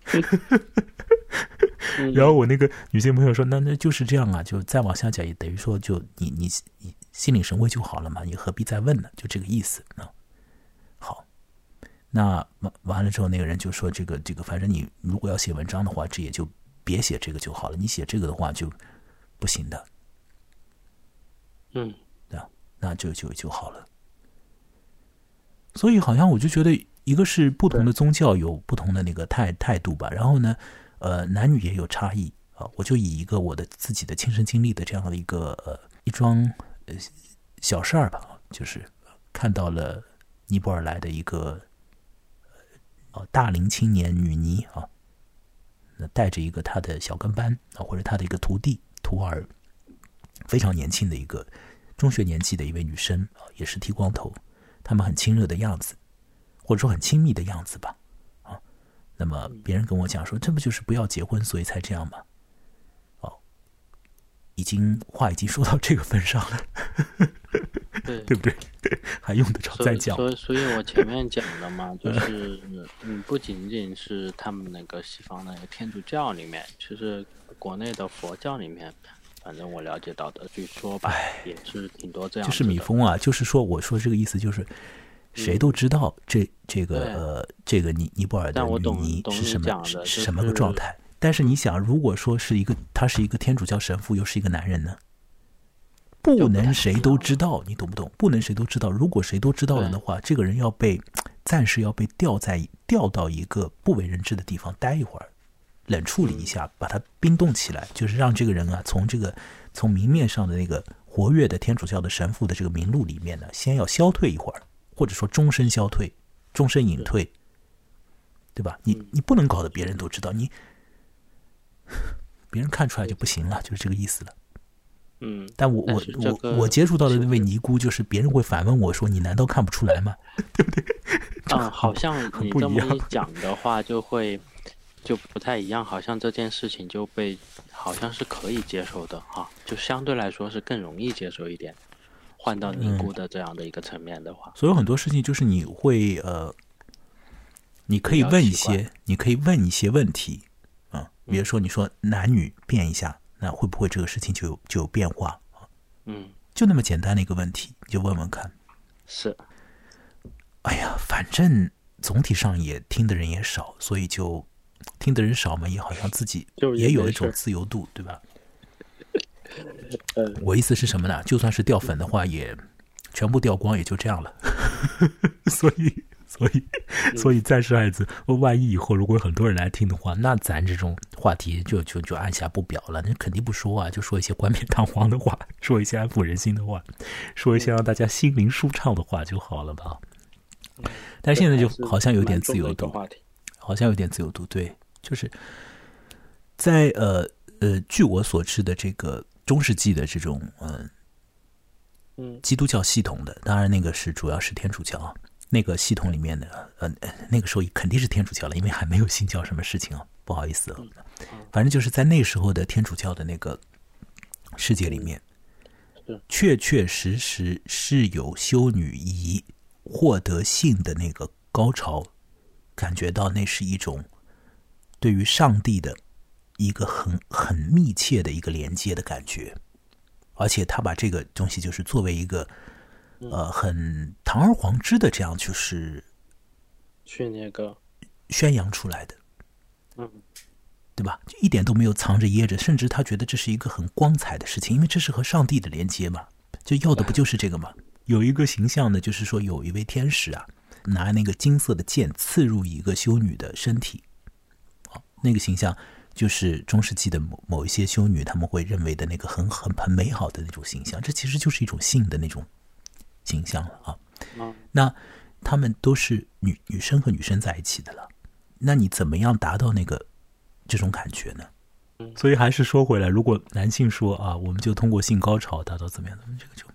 然后我那个女性朋友说，那就是这样就再往下讲也等于说就你心领神会就好了嘛，你何必再问呢？就这个意思好。那完了之后，那个人就说这个，反正你如果要写文章的话，这也就别写这个就好了。你写这个的话就不行的。那就好了。所以好像我就觉得，一个是不同的宗教有不同的那个态度吧，然后呢，男女也有差异我就以一个我的自己的亲身经历的这样的一桩小事儿吧，就是看到了尼泊尔来的一个。大龄青年女尼带着一个她的小跟班或者她的一个徒儿，非常年轻的一个中学年纪的一位女生也是剃光头，他们很亲热的样子，或者说很亲密的样子吧那么别人跟我讲说，这不就是不要结婚所以才这样吗？话已经说到这个份上了对不对？还用得着再讲？
所以我前面讲的嘛，就是不仅仅是他们那个西方的天主教里面，其实国内的佛教里面，反正我了解到的，据说吧，也是挺多这样的。
就是米峰就是说，我说这个意思就是，谁都知道这个尼泊尔的女尼是什么个状态。但是你想，如果说他是一个天主教神父，又是一个男人呢？不能谁都知道，你懂不懂？不能谁都知道。如果谁都知道了的话，这个人暂时要被调到一个不为人知的地方待一会儿，冷处理一下，把他冰冻起来，就是让这个人从明面上的那个活跃的天主教的神父的这个名录里面呢，先要消退一会儿，或者说终身消退、终身隐退。 对吧？你不能搞得别人都知道，别人看出来就不行了，就是这个意思了。但我接触到的那位尼姑，就是别人会反问我说：“你难道看不出来吗？”对不对？
好像你这么一讲的话，就不太一样，好像这件事情好像是可以接受的哈，就相对来说是更容易接受一点。换到尼姑的这样的一个层面的话，
所以有很多事情就是你会你可以问一些问题比如说你说男女变一下，那会不会这个事情就有变化？就那么简单的一个问题，你就问问看。
是。
哎呀，反正总体上也听的人也少，所以就听的人少嘛，也好像自己也有一种自由度，对吧？我意思是什么呢？就算是掉粉的话，也全部掉光，也就这样了。所以再是孩子，万一以后如果很多人来听的话，那咱这种话题就按下不表了。那肯定不说啊，就说一些冠冕堂皇的话，说一些安抚人心的话，说一些让大家心灵舒畅的话就好了吧。但现在就好像有点自由度，对，就是在据我所知的这个中世纪的这种基督教系统的，当然那个主要是天主教啊，那个系统里面的那个时候肯定是天主教了，因为还没有信教什么事情啊，不好意思反正就是在那时候的天主教的那个世界里面，确实是有修女以获得性的那个高潮，感觉到那是一种对于上帝的一个很密切的一个连接的感觉，而且他把这个东西就是作为一个很堂而皇之的这样就是
去那个
宣扬出来的，对吧？就一点都没有藏着掖着，甚至他觉得这是一个很光彩的事情，因为这是和上帝的连接嘛，就要的不就是这个吗？有一个形象呢，就是说有一位天使啊，拿那个金色的剑刺入一个修女的身体，那个形象就是中世纪的某一些修女他们会认为的那个很美好的那种形象，这其实就是一种性的那种形象了啊。那他们都是女生和女生在一起的了，那你怎么样达到那个这种感觉呢？所以还是说回来，如果男性说啊，我们就通过性高潮达到怎么样的，这个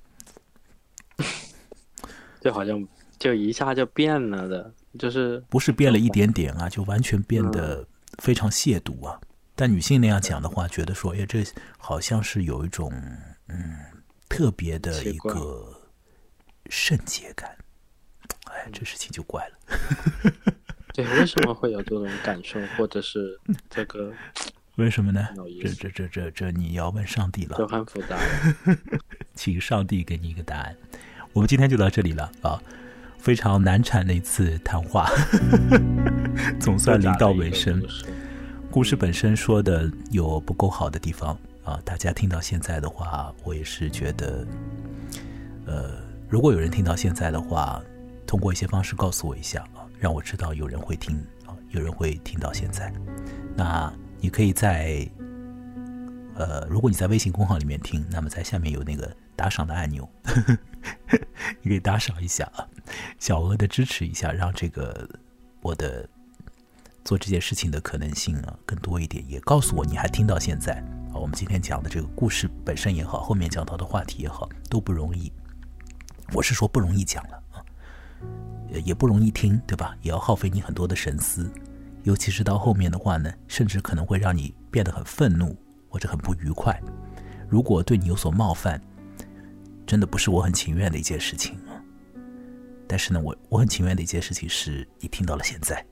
就好像就一下就变了的，就是
不是变了一点点啊，就完全变得非常亵渎啊。但女性那样讲的话，觉得说，哎，这好像是有一种特别的一个圣洁感。哎，这事情就怪了。
对，为什么会有这种感受，或者是这个？
为什么呢？这你要问上帝了，
就很复杂。
请上帝给你一个答案。我们今天就到这里了啊，非常难产的一次谈话，总算临到尾声。故事本身说的有不够好的地方啊，大家听到现在的话，我也是觉得，如果有人听到现在的话，通过一些方式告诉我一下啊，让我知道有人会听啊，有人会听到现在。那你可以在如果你在微信公号里面听，那么在下面有那个打赏的按钮，你可以打赏一下啊，小额的支持一下，让这个我的做这件事情的可能性啊更多一点，也告诉我你还听到现在啊。我们今天讲的这个故事本身也好，后面讲到的话题也好，都不容易。我是说不容易讲了啊，也不容易听，对吧？也要耗费你很多的神思，尤其是到后面的话呢，甚至可能会让你变得很愤怒或者很不愉快。如果对你有所冒犯，真的不是我很情愿的一件事情啊。但是呢，我很情愿的一件事情是你听到了现在。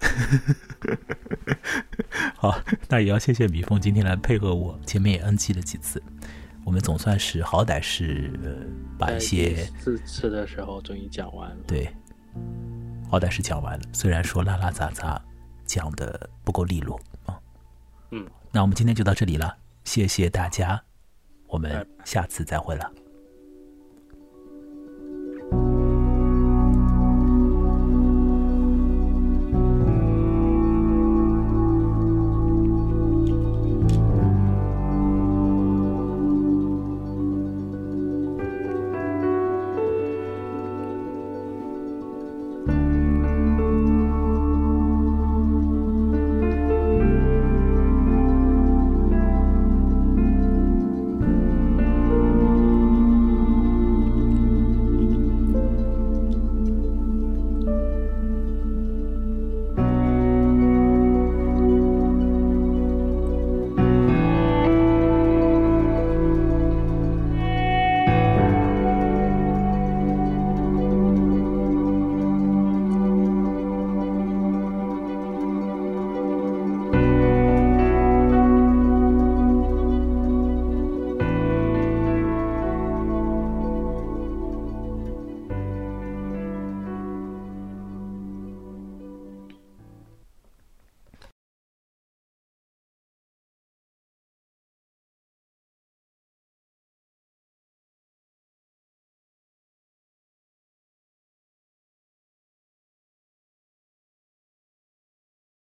好，那也要谢谢米凤今天来配合我，前面也 NG 了几次，我们总算是好歹是把一些
4次的时候终于讲完了。
对，好歹是讲完了，虽然说拉拉杂杂，讲的不够利落啊。那我们今天就到这里了，谢谢大家，我们下次再会了。